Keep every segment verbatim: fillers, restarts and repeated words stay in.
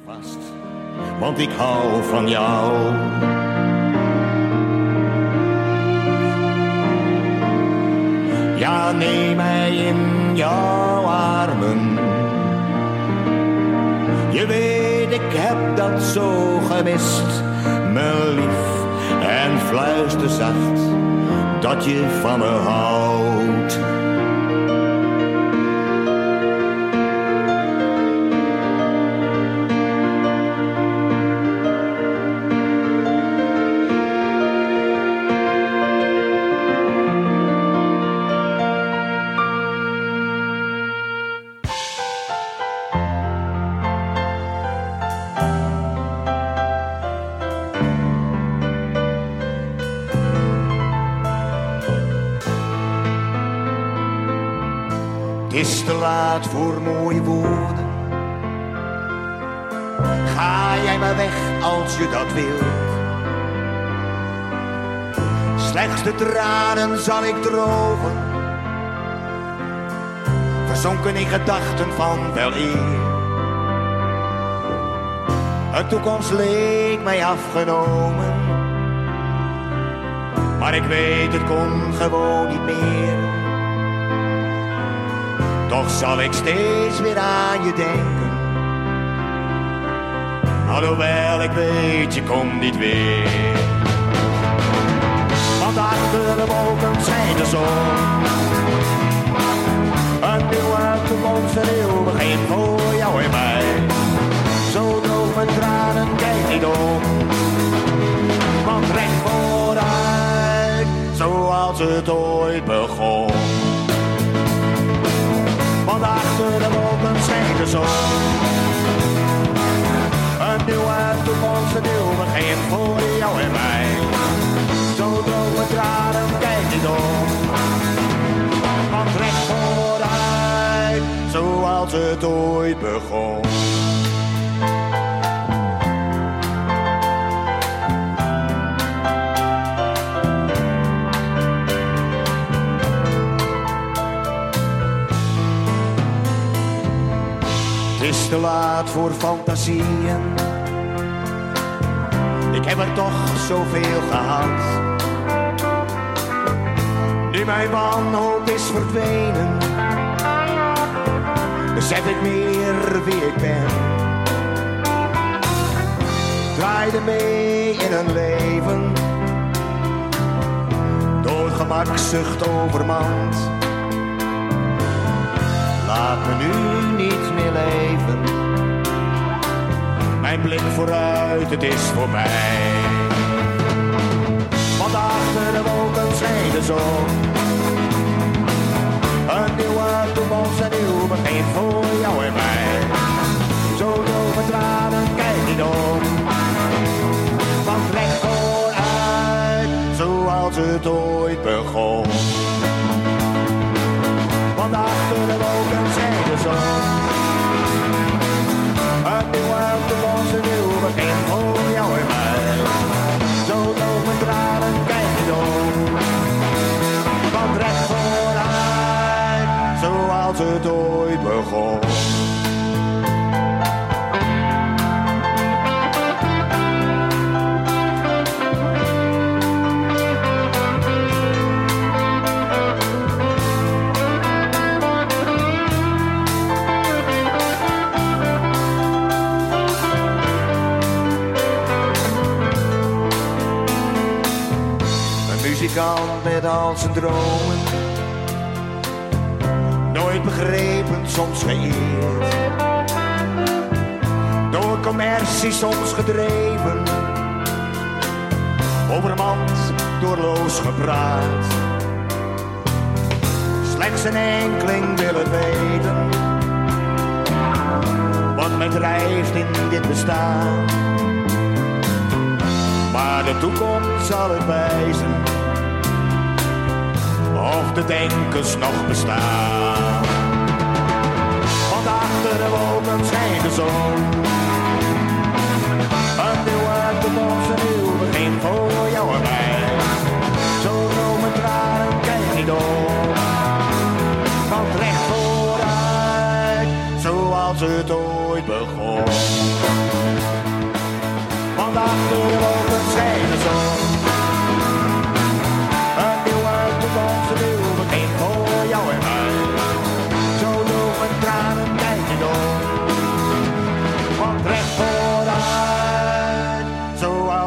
vast, want ik hou van jou. Ja, neem mij in jouw armen. Je weet, ik heb dat zo gemist, mijn lief. En fluister zacht dat je van me houdt. Het is te laat voor mooie woorden. Ga jij maar weg als je dat wilt. Slechts de tranen zal ik drogen, verzonken in gedachten van wel eer. Een toekomst leek mij afgenomen, maar ik weet het kon gewoon niet meer. Toch zal ik steeds weer aan je denken, alhoewel ik weet je komt niet weer. Want achter de wolken schijnt de zon, een nieuwe toekomst, een nieuw begin voor jou en mij. Zo droog mijn tranen, kijk niet om, want recht vooruit, zoals het ooit begon. Want achter de wolken schijnt de zon, een nieuwe toekomst, een nieuw begin voor jou en mij. Zo droog mijn tranen, kijk niet om, want recht vooruit, zoals het ooit begon. Het is te laat voor fantasieën, ik heb er toch zoveel gehad. Nu mijn wanhoop is verdwenen, besef ik meer wie ik ben. Draaide mee in een leven, door gemakzucht overmand. Laat me nu niet meer leven, mijn blik vooruit, het is voorbij. Want achter de wolken schijnt de zon, een nieuwe toekomst, een nieuw begin voor jou en mij. Zo door mijn tranen, kijk niet om, want recht vooruit, zoals het ooit begon. Want achter de wolken schijnt de zon, een nieuwe toekomst, een nieuw begin voor jou en mij. Zo droog mijn tranen, kijk niet om, want recht vooruit, zoals het ooit begon. Muzikant met al zijn dromen, nooit begrepen, soms geëerd. Door commercie soms gedreven, overmand, doorloos gepraat. Slechts een enkeling wil het weten, wat mij drijft in dit bestaan. Maar de toekomst zal het wijzen, of de denkers nog bestaan. Want achter de wolken schijnt de zon, een nieuwe toekomst, een nieuw begin voor jou en mij. Zo droog mijn tranen, kijk niet om, want recht vooruit, zoals het ooit begon.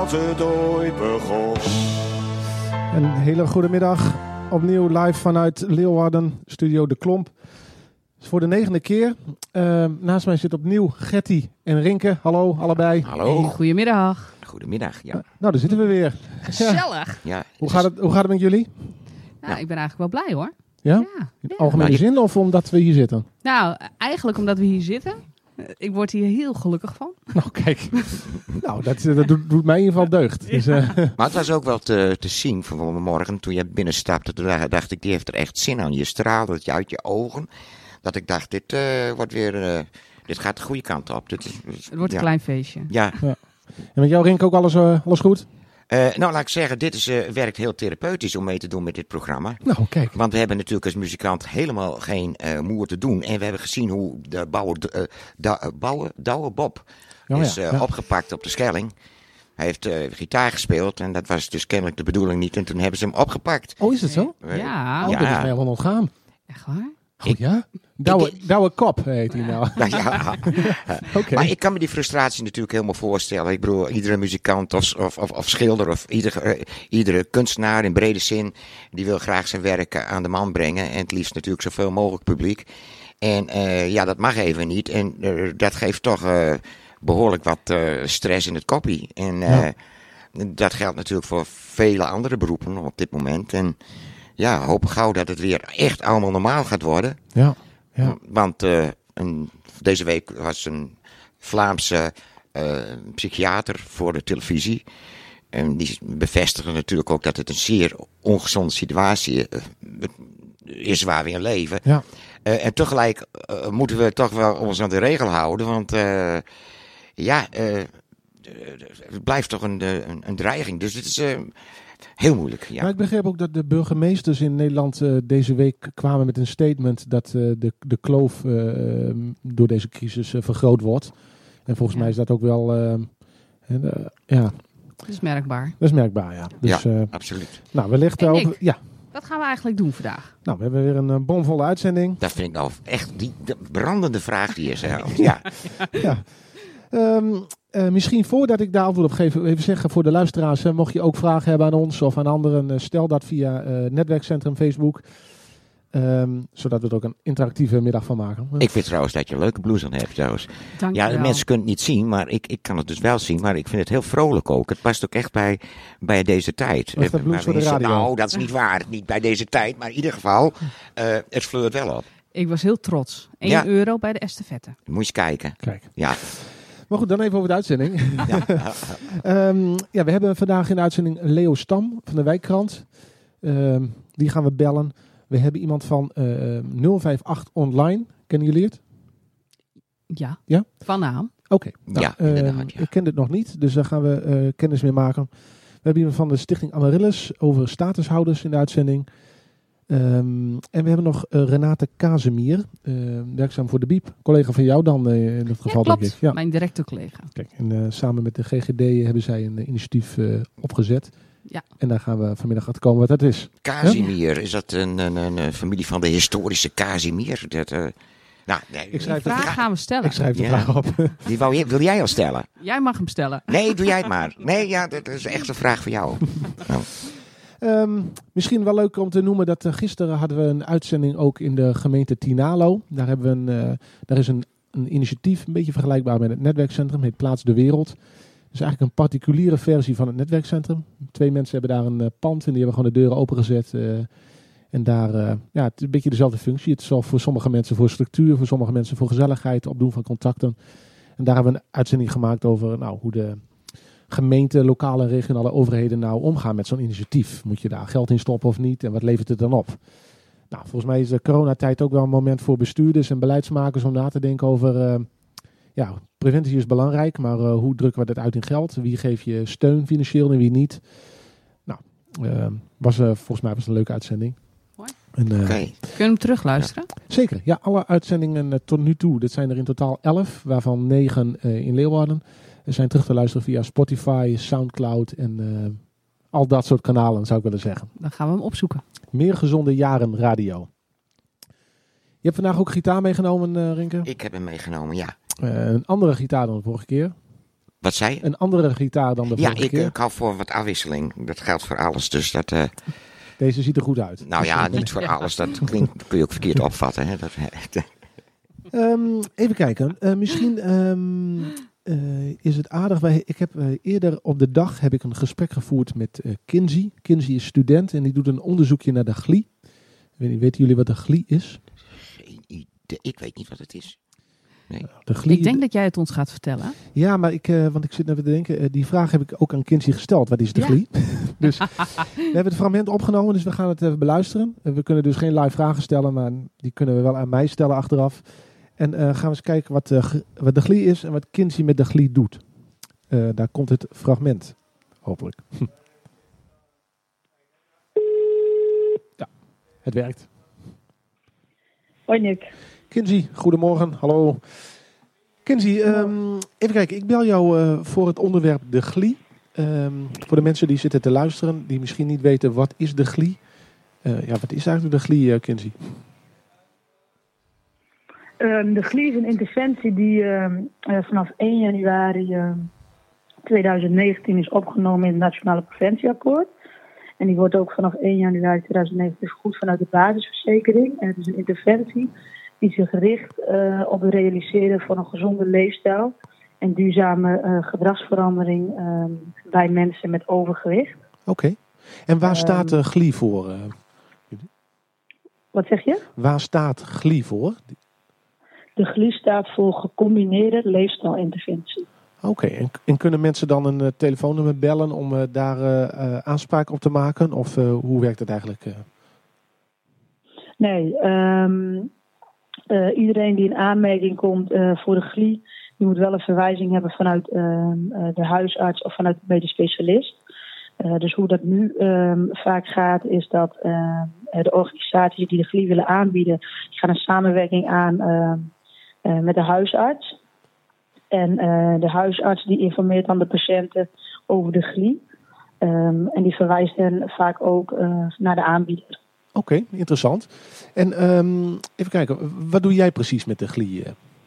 als het ooit begon. Een hele goede middag. Opnieuw live vanuit Leeuwarden, studio De Klomp. Dus voor de negende keer. Uh, naast mij zit opnieuw Gertie en Rinke. Hallo, allebei. Hallo. Hey, goedemiddag. Goedemiddag, ja. Uh, nou, daar zitten we weer. Gezellig. ja. Hoe, gaat het, hoe gaat het met jullie? Nou, ik ben eigenlijk wel blij hoor. Ja? Ja, In ja. algemene zin of omdat we hier zitten? Nou, eigenlijk omdat we hier zitten. Ik word hier heel gelukkig van. Nou, kijk. nou, dat, dat doet, doet mij in ieder geval deugd. Ja. Dus, uh... Maar het was ook wel te, te zien vanmorgen toen je binnenstapte. Toen dacht ik, die heeft er echt zin aan. Je straalde het uit je ogen. Dat ik dacht, dit uh, wordt weer... Uh, dit gaat de goede kant op. Dit is, het wordt ja. een klein feestje. Ja. ja. En met jou, Rinke, ook alles, uh, alles goed? Uh, nou, laat ik zeggen, dit is, uh, werkt heel therapeutisch om mee te doen met dit programma. Nou, kijk. Want we hebben natuurlijk als muzikant helemaal geen uh, moer te doen. En we hebben gezien hoe de Bouwe, uh, da, uh, Bouwe, Douwe Bob oh, is uh, ja, ja. opgepakt op de Schelling. Hij heeft uh, gitaar gespeeld en dat was dus kennelijk de bedoeling niet. En toen hebben ze hem opgepakt. Oh, is dat zo? Uh, ja. Oh, ja. dat is mij helemaal ontgaan. Echt waar? Oh, ja? Douwe, Douwe Kop heet hij nou. nou ja. okay. Maar ik kan me die frustratie natuurlijk helemaal voorstellen. Ik bedoel, iedere muzikant of, of, of, of schilder of iedere, uh, iedere kunstenaar in brede zin, die wil graag zijn werk aan de man brengen. En het liefst natuurlijk zoveel mogelijk publiek. En uh, ja, dat mag even niet. En uh, dat geeft toch uh, behoorlijk wat uh, stress in het koppie. En uh, ja. dat geldt natuurlijk voor vele andere beroepen op dit moment. En ja, hoop gauw dat het weer echt allemaal normaal gaat worden. Ja. Ja. Want uh, een, deze week was een Vlaamse uh, psychiater voor de televisie. En die bevestigde natuurlijk ook dat het een zeer ongezonde situatie uh, is waar we in leven. Ja. Uh, en tegelijk uh, moeten we toch wel ons aan de regel houden. Want uh, ja, uh, het blijft toch een, een, een dreiging. Dus het is... Uh, Heel moeilijk, ja. Maar ik begreep ook dat de burgemeesters in Nederland uh, deze week kwamen met een statement dat uh, de, de kloof uh, door deze crisis uh, vergroot wordt. En volgens ja. mij is dat ook wel, uh, uh, ja. Dat is merkbaar. Dat is merkbaar, ja. Dus, ja, uh, absoluut. Nou, wellicht ook. Nick, ja. Wat gaan we eigenlijk doen vandaag? Nou, we hebben weer een uh, bomvolle uitzending. Dat vind ik nou echt die de brandende vraag die je stelt. Ja. ja. Um, uh, misschien voordat ik daar antwoord op geef, even zeggen voor de luisteraars, uh, mocht je ook vragen hebben aan ons of aan anderen, uh, stel dat via uh, Netwerkcentrum Facebook, um, zodat we er ook een interactieve middag van maken. Ik vind trouwens dat je een leuke blouse aan hebt trouwens. Dank ja, je wel. Mensen kunnen het niet zien, maar ik, ik kan het dus wel zien, maar ik vind het heel vrolijk ook. Het past ook echt bij, bij deze tijd. Wat is dat blouse voor de radio? Nou, dat is niet waar. Niet bij deze tijd, maar in ieder geval, uh, het fleurt wel op. Ik was heel trots. één ja. euro bij de estafette. Moet je eens kijken. Kijk. Ja. Maar goed, dan even over de uitzending. Ja. um, ja, we hebben vandaag in de uitzending Leo Stam van de Wijkkrant. Um, die gaan we bellen. We hebben iemand van uh, nul vijf acht Online. Kennen jullie het? Ja. Ja? Van naam. Oké. Okay. Nou, ja, uh, inderdaad. Ja. Ik ken het nog niet, dus daar gaan we uh, kennis mee maken. We hebben iemand van de Stichting Amaryllis over statushouders in de uitzending. Um, en we hebben nog uh, Renate Kazemier, uh, werkzaam voor de Biep. Collega van jou dan uh, in het geval. Ja, klopt. Denk ik. Ja. Mijn directe collega. Kijk, en uh, samen met de G G D hebben zij een uh, initiatief uh, opgezet. Ja. En daar gaan we vanmiddag achter komen wat dat is. Kazimier, ja? Is dat een, een, een familie van de historische Kazimier? Dat, uh, nou, nee, ik schrijf die vraag gaan we stellen. Ik schrijf de ja. vraag op. Die wou je, wil jij al stellen? Jij mag hem stellen. Nee, doe jij het maar. Nee, ja, dat is echt een vraag voor jou. Nou. Um, misschien wel leuk om te noemen dat uh, gisteren hadden we een uitzending ook in de gemeente Tinalo. Daar, hebben we een, uh, daar is een, een initiatief, een beetje vergelijkbaar met het netwerkcentrum, heet Plaats de Wereld. Dus eigenlijk een particuliere versie van het netwerkcentrum. Twee mensen hebben daar een uh, pand en die hebben gewoon de deuren opengezet. Uh, en daar, uh, ja, het is een beetje dezelfde functie. Het is al voor sommige mensen voor structuur, voor sommige mensen voor gezelligheid, opdoen van contacten. En daar hebben we een uitzending gemaakt over nou, hoe de gemeente, lokale en regionale overheden nou omgaan met zo'n initiatief. Moet je daar geld in stoppen of niet? En wat levert het dan op? Nou, volgens mij is de coronatijd ook wel een moment voor bestuurders en beleidsmakers om na te denken over... Uh, ja, preventie is belangrijk, maar uh, hoe drukken we dat uit in geld? Wie geef je steun financieel en wie niet? Nou, uh, was, uh, volgens mij was het een leuke uitzending. Mooi. En, uh, Okay. Kun je hem terugluisteren? Ja. Zeker, ja, alle uitzendingen uh, tot nu toe. Dit zijn er in totaal elf, waarvan negen uh, in Leeuwarden. Er zijn terug te luisteren via Spotify, Soundcloud en uh, al dat soort kanalen, zou ik willen zeggen. Dan gaan we hem opzoeken. Meer gezonde jaren radio. Je hebt vandaag ook gitaar meegenomen, uh, Rinke? Ik heb hem meegenomen, ja. Uh, een andere gitaar dan de vorige keer. Wat zei je? Een andere gitaar dan de ja, vorige ik, keer? ik hou voor wat afwisseling. Dat geldt voor alles. Dus dat, uh... Deze ziet er goed uit. Nou ja, niet voor alles. Dat klinkt, dat kun je ook verkeerd opvatten. Hè? Dat, um, even kijken. Uh, misschien um, uh, is het aardig. Wij, ik heb uh, eerder op de dag heb ik een gesprek gevoerd met uh, Kinsey. Kinsey is student en die doet een onderzoekje naar de G L I. Weet, weten jullie wat de G L I is? Geen idee. Ik weet niet wat het is. Nee. De G L I, ik denk dat jij het ons gaat vertellen. Ja, maar ik, uh, want ik zit even te denken, uh, die vraag heb ik ook aan Kinsey gesteld. Wat is de ja. G L I? Dus we hebben het fragment opgenomen, dus we gaan het even beluisteren. Uh, we kunnen dus geen live vragen stellen, maar die kunnen we wel aan mij stellen achteraf. En uh, gaan we eens kijken wat, uh, wat de G L I is en wat Kinsey met de G L I doet. Uh, daar komt het fragment, hopelijk. Ja, het werkt. Hoi Nick. Kinsey, goedemorgen. Hallo. Kinsey, um, even kijken. Ik bel jou uh, voor het onderwerp de G L I. Um, voor de mensen die zitten te luisteren, die misschien niet weten wat is de G L I. Uh, ja, wat is eigenlijk de G L I, uh, Kinsey? Um, de G L I is een interventie die uh, uh, vanaf één januari uh, tweeduizend negentien is opgenomen in het Nationale Preventieakkoord. En die wordt ook vanaf één januari tweeduizend negentien vergoed vanuit de basisverzekering. En het is een interventie die zich richt uh, op het realiseren van een gezonde leefstijl en duurzame uh, gedragsverandering uh, bij mensen met overgewicht. Oké. Okay. En waar um, staat de G L I voor? Uh, wat zeg je? Waar staat G L I voor? De G L I staat voor gecombineerde leefstijlinterventie. Oké, okay. en, en kunnen mensen dan een uh, telefoonnummer bellen om uh, daar uh, uh, aanspraak op te maken? Of uh, hoe werkt het eigenlijk? Uh? Nee, um, uh, iedereen die in aanmerking komt uh, voor de G L I, die moet wel een verwijzing hebben vanuit uh, uh, de huisarts of vanuit de medisch specialist. Uh, dus hoe dat nu um, vaak gaat, is dat uh, de organisaties die de G L I willen aanbieden, die gaan een samenwerking aan uh, uh, met de huisarts. En uh, de huisarts die informeert dan de patiënten over de G L I. Um, en die verwijst hen vaak ook uh, naar de aanbieder. Oké, okay, interessant. En um, even kijken, wat doe jij precies met de G L I?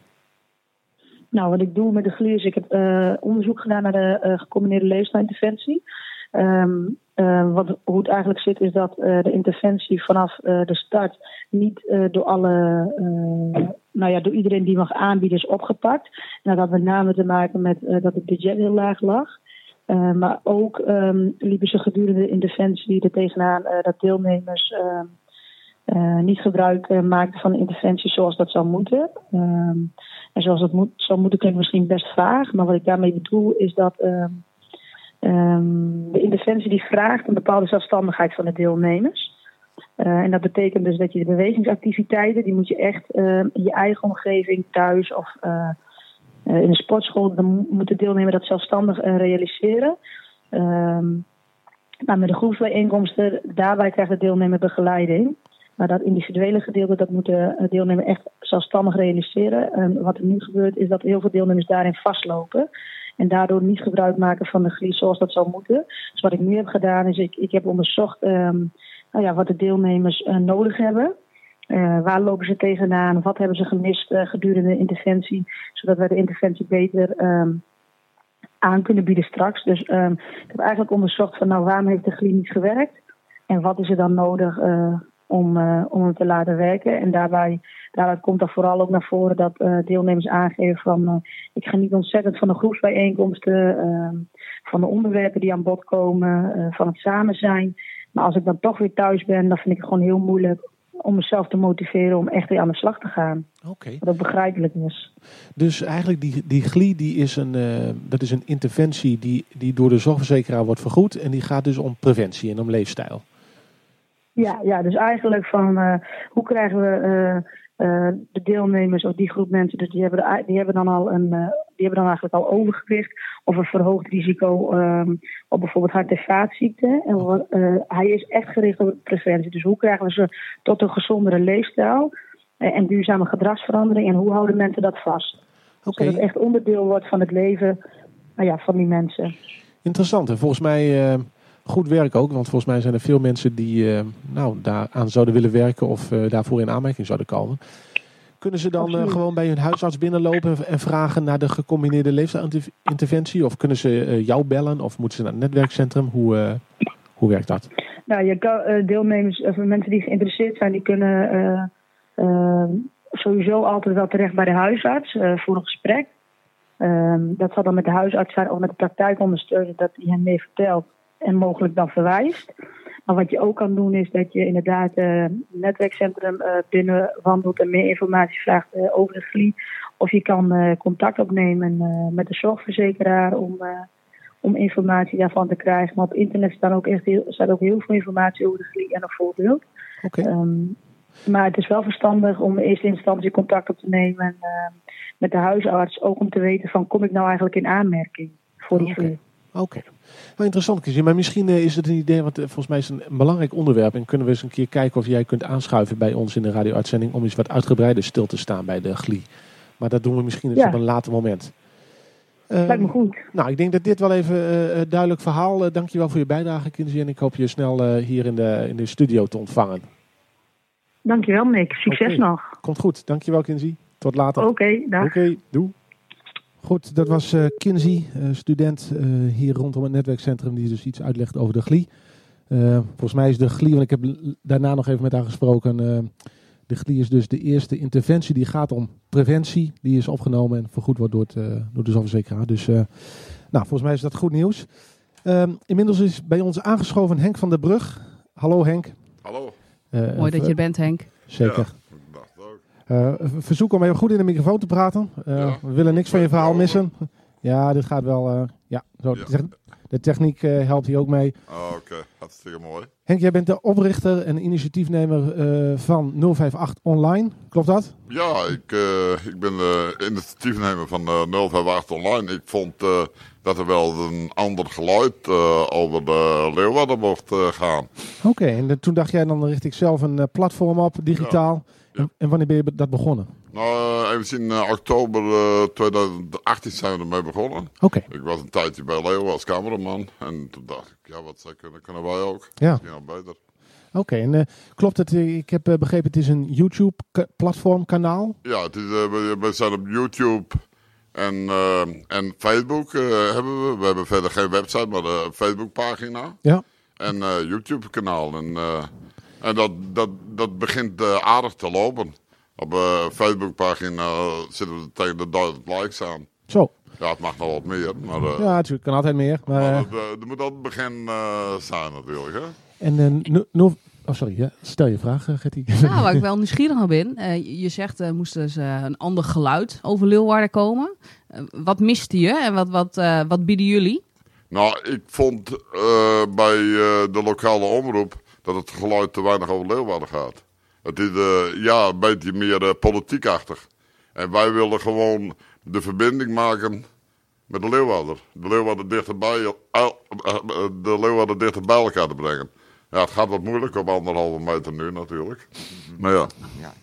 Nou, wat ik doe met de G L I is, ik heb uh, onderzoek gedaan naar de uh, gecombineerde leefstijlinterventie. Um, uh, wat, hoe het eigenlijk zit is dat uh, de interventie vanaf uh, de start niet uh, door alle, uh, nou ja, door iedereen die mag aanbieden is opgepakt. En dat had met name te maken met uh, dat het budget heel laag lag. Uh, maar ook um, liepen ze gedurende de interventie er tegenaan uh, dat deelnemers uh, uh, niet gebruik uh, maakten van de interventie zoals dat zou moeten. Um, en zoals dat moet, zou moeten klinkt misschien best vaag, maar wat ik daarmee bedoel is dat Uh, Um, de interventie die vraagt een bepaalde zelfstandigheid van de deelnemers. Uh, en dat betekent dus dat je de bewegingsactiviteiten, die moet je echt uh, in je eigen omgeving, thuis of uh, uh, in de sportschool, dan moet de deelnemer dat zelfstandig uh, realiseren. Um, maar met de groepsbijeenkomsten, daarbij krijgt de deelnemer begeleiding. Maar dat individuele gedeelte, dat moet de deelnemer echt zelfstandig realiseren. Um, wat er nu gebeurt, is dat heel veel deelnemers daarin vastlopen. En daardoor niet gebruik maken van de G L I zoals dat zou moeten. Dus wat ik nu heb gedaan is, ik, ik heb onderzocht um, nou ja, wat de deelnemers uh, nodig hebben. Uh, waar lopen ze tegenaan? Wat hebben ze gemist uh, gedurende de interventie? Zodat wij de interventie beter um, aan kunnen bieden straks. Dus um, ik heb eigenlijk onderzocht van nou, waarom heeft de G L I niet gewerkt? En wat is er dan nodig uh, om, uh, om hem te laten werken? En daarbij... Daaruit komt dan vooral ook naar voren dat uh, deelnemers aangeven van uh, ik geniet ontzettend van de groepsbijeenkomsten, uh, van de onderwerpen die aan bod komen, uh, van het samen zijn. Maar als ik dan toch weer thuis ben, dan vind ik het gewoon heel moeilijk om mezelf te motiveren om echt weer aan de slag te gaan. Okay. Wat ook begrijpelijk is. Dus eigenlijk die, die G L I, die is een, uh, dat is een interventie die, die door de zorgverzekeraar wordt vergoed en die gaat dus om preventie en om leefstijl. Ja, ja, dus eigenlijk van uh, hoe krijgen we uh, uh, de deelnemers of die groep mensen, dus die hebben, de, die hebben dan al een, uh, die hebben dan eigenlijk al overgewicht of een verhoogd risico um, op bijvoorbeeld hart- en vaatziekten. En uh, hij is echt gericht op preventie. Dus hoe krijgen we ze tot een gezondere leefstijl uh, en duurzame gedragsverandering en hoe houden mensen dat vast? Okay. Zodat het echt onderdeel wordt van het leven uh, ja, van die mensen. Interessant. En volgens mij uh, goed werk ook, want volgens mij zijn er veel mensen die uh, nou, daaraan zouden willen werken of uh, daarvoor in aanmerking zouden komen. Kunnen ze dan uh, gewoon bij hun huisarts binnenlopen en vragen naar de gecombineerde leefstijlinterventie? Of kunnen ze uh, jou bellen of moeten ze naar het netwerkcentrum? Hoe, uh, hoe werkt dat? Nou, je kan, uh, deelnemers of mensen die geïnteresseerd zijn, die kunnen uh, uh, sowieso altijd wel terecht bij de huisarts uh, voor een gesprek. Uh, dat zal dan met de huisarts zijn of met de praktijkondersteuner dat hij hen mee vertelt en mogelijk dan verwijst. Maar wat je ook kan doen is dat je inderdaad uh, het netwerkcentrum uh, binnenwandelt en meer informatie vraagt uh, over de G L I. Of je kan uh, contact opnemen uh, met de zorgverzekeraar om, uh, om informatie daarvan te krijgen. Maar op internet staat ook, echt heel, staat ook heel veel informatie over de G L I en een voorbeeld. Okay. Um, maar het is wel verstandig om in eerste instantie contact op te nemen uh, met de huisarts. Ook om te weten van kom ik nou eigenlijk in aanmerking voor die okay. G L I. Oké. Okay. Nou, interessant, Kinzie. Maar misschien uh, is het een idee, want uh, volgens mij is het een belangrijk onderwerp. En kunnen we eens een keer kijken of jij kunt aanschuiven bij ons in de radio-uitzending om eens wat uitgebreider stil te staan bij de G L I. Maar dat doen we misschien eens ja. op een later moment. Uh, Lijkt me goed. Nou, ik denk dat dit wel even een uh, duidelijk verhaal. Uh, dankjewel voor je bijdrage, Kinzie. En ik hoop je snel uh, hier in de, in de studio te ontvangen. Dankjewel, Nick. Succes okay. nog. Komt goed. Dankjewel, Kinzie. Tot later. Oké, okay, dag. Oké, okay, doei. Goed, dat was uh, Kinzie, uh, student uh, hier rondom het netwerkcentrum, die dus iets uitlegt over de G L I. Uh, volgens mij is de G L I, want ik heb daarna nog even met haar gesproken, uh, de G L I is dus de eerste interventie die gaat om preventie. Die is opgenomen en vergoed wordt door, het, uh, door de zorgverzekeraar. Dus uh, nou, volgens mij is dat goed nieuws. Uh, inmiddels is bij ons aangeschoven Henk van der Brug. Hallo Henk. Hallo. Uh, Mooi dat je er bent, Henk. Zeker. Ja. Uh, verzoek om even goed in de microfoon te praten. Uh, ja. We willen niks van je verhaal missen. Ja, dit gaat wel... Uh, ja, zo, ja. De techniek uh, helpt hier ook mee. Oh, oké, okay. Hartstikke mooi. Henk, jij bent de oprichter en initiatiefnemer uh, van nul vijf acht Online. Klopt dat? Ja, ik, uh, ik ben de initiatiefnemer van uh, nul vijf acht Online. Ik vond uh, dat er wel een ander geluid uh, over de Leeuwarden mocht uh, gaan. Oké, okay, en de, toen dacht jij dan richt ik zelf een uh, platform op, digitaal. Ja. Ja. En, en wanneer ben je dat begonnen? Nou, even in uh, oktober uh, tweeduizend achttien zijn we ermee begonnen. Okay. Ik was een tijdje bij Leo als cameraman. En toen dacht ik, ja, wat zij kunnen, kunnen wij ook. Ja. Misschien al beter. Oké, okay, en uh, klopt het, ik heb uh, begrepen, het is een YouTube-platform, kanaal? Ja, het is, uh, we, we zijn op YouTube en, uh, en Facebook uh, hebben we. We hebben verder geen website, maar een Facebook-pagina. Ja. En uh, YouTube-kanaal. En... Uh, En dat, dat, dat begint uh, aardig te lopen. Op de uh, Facebookpagina uh, zitten we tegen de duizend likes aan. Zo. Ja, het mag nog wat meer. Maar, uh, ja, natuurlijk. Kan altijd meer. Maar, maar uh, er moet altijd het begin uh, zijn natuurlijk. Hè? En uh, no, no, oh, sorry. Ja. Stel je vraag, uh, Gertie. Nou, waar ik wel nieuwsgierig naar ben. Uh, je zegt, er uh, moest dus uh, een ander geluid over Leeuwarden komen. Uh, wat miste je en wat, wat, uh, wat bieden jullie? Nou, ik vond uh, bij uh, de lokale omroep dat het geluid te weinig over Leeuwarden gaat. Het is uh, ja, een beetje meer uh, politiekachtig. En wij willen gewoon de verbinding maken met de Leeuwarder. De Leeuwarder dichterbij, uh, uh, de Leeuwarder dichter bij elkaar te brengen. Ja, het gaat wat moeilijk op anderhalve meter nu natuurlijk. Maar ja. ja.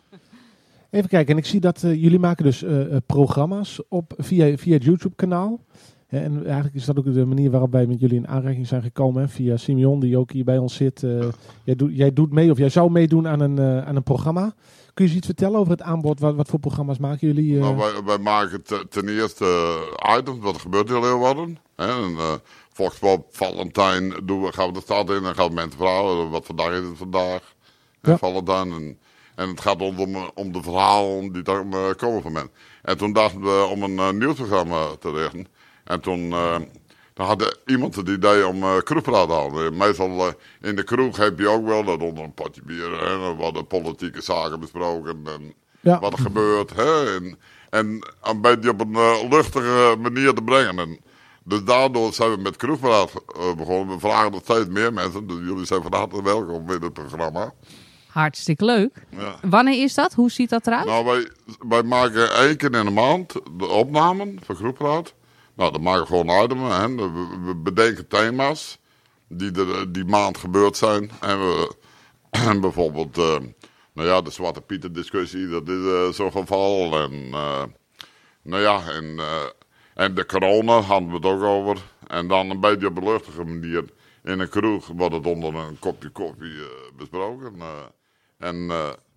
Even kijken, en ik zie dat uh, jullie maken dus uh, programma's op via, via het YouTube-kanaal. Ja, en eigenlijk is dat ook de manier waarop wij met jullie in aanraking zijn gekomen. Hè? Via Simeon, die ook hier bij ons zit. Uh, ja. jij, doet, jij doet mee, of jij zou meedoen aan een, uh, aan een programma. Kun je eens iets vertellen over het aanbod? Wat, wat voor programma's maken jullie? Uh? Nou, wij, wij maken t- ten eerste uh, items, wat er gebeurt in Leeuwarden. Hè? En, uh, Volkspop, Valentijn, doen we, gaan we de stad in en gaan we mensen vragen. Wat vandaag is het vandaag? Ja. En Valentijn. En, en het gaat om, om, om de verhalen die daar uh, komen van mensen. En toen dachten we om een uh, nieuwsprogramma te richten. En toen, uh, toen had iemand het idee om uh, kroegpraat te houden. Meestal uh, in de kroeg heb je ook wel dat onder een potje bier. Hè, wat de politieke zaken besproken en ja. wat er gebeurt. Hè, en, en een beetje op een uh, luchtige manier te brengen. En dus daardoor zijn we met kroegpraat uh, begonnen. We vragen nog steeds meer mensen. Dus jullie zijn van harte welkom in het programma. Hartstikke leuk. Ja. Wanneer is dat? Hoe ziet dat eruit? Nou, wij, wij maken één keer in de maand de opnamen van kroegpraat. Nou, dan maken we gewoon items. Hè. We, we bedenken thema's die de, die maand gebeurd zijn. En we en bijvoorbeeld, uh, nou ja, de Zwarte Pieter discussie, dat is uh, zo'n geval. En, uh, nou ja, en, uh, en de corona hadden we het ook over. En dan een beetje op een luchtige manier in een kroeg wordt het onder een kopje koffie uh, besproken. Uh, en, uh,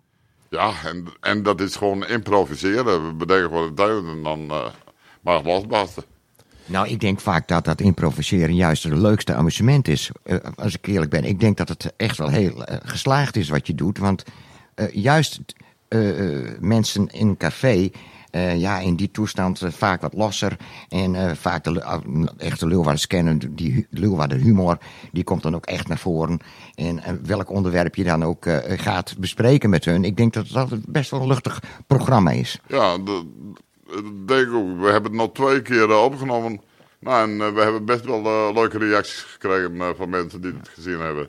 Ja, en, en dat is gewoon improviseren. We bedenken gewoon het tijd en dan uh, mag het losbarsten. Nou, ik denk vaak dat dat improviseren juist het leukste amusement is. Uh, als ik eerlijk ben. Ik denk dat het echt wel heel uh, geslaagd is wat je doet. Want uh, juist uh, uh, mensen in een café... Uh, ja, in die toestand uh, vaak wat losser. En uh, vaak de uh, echte Leeuwarders kennen die Leeuwarder humor. Die komt dan ook echt naar voren. En uh, welk onderwerp je dan ook uh, gaat bespreken met hun. Ik denk dat dat best wel een luchtig programma is. Ja, dat denk ik ook. We hebben het nog twee keer uh, opgenomen. Nou, en uh, we hebben best wel uh, leuke reacties gekregen uh, van mensen die het gezien hebben.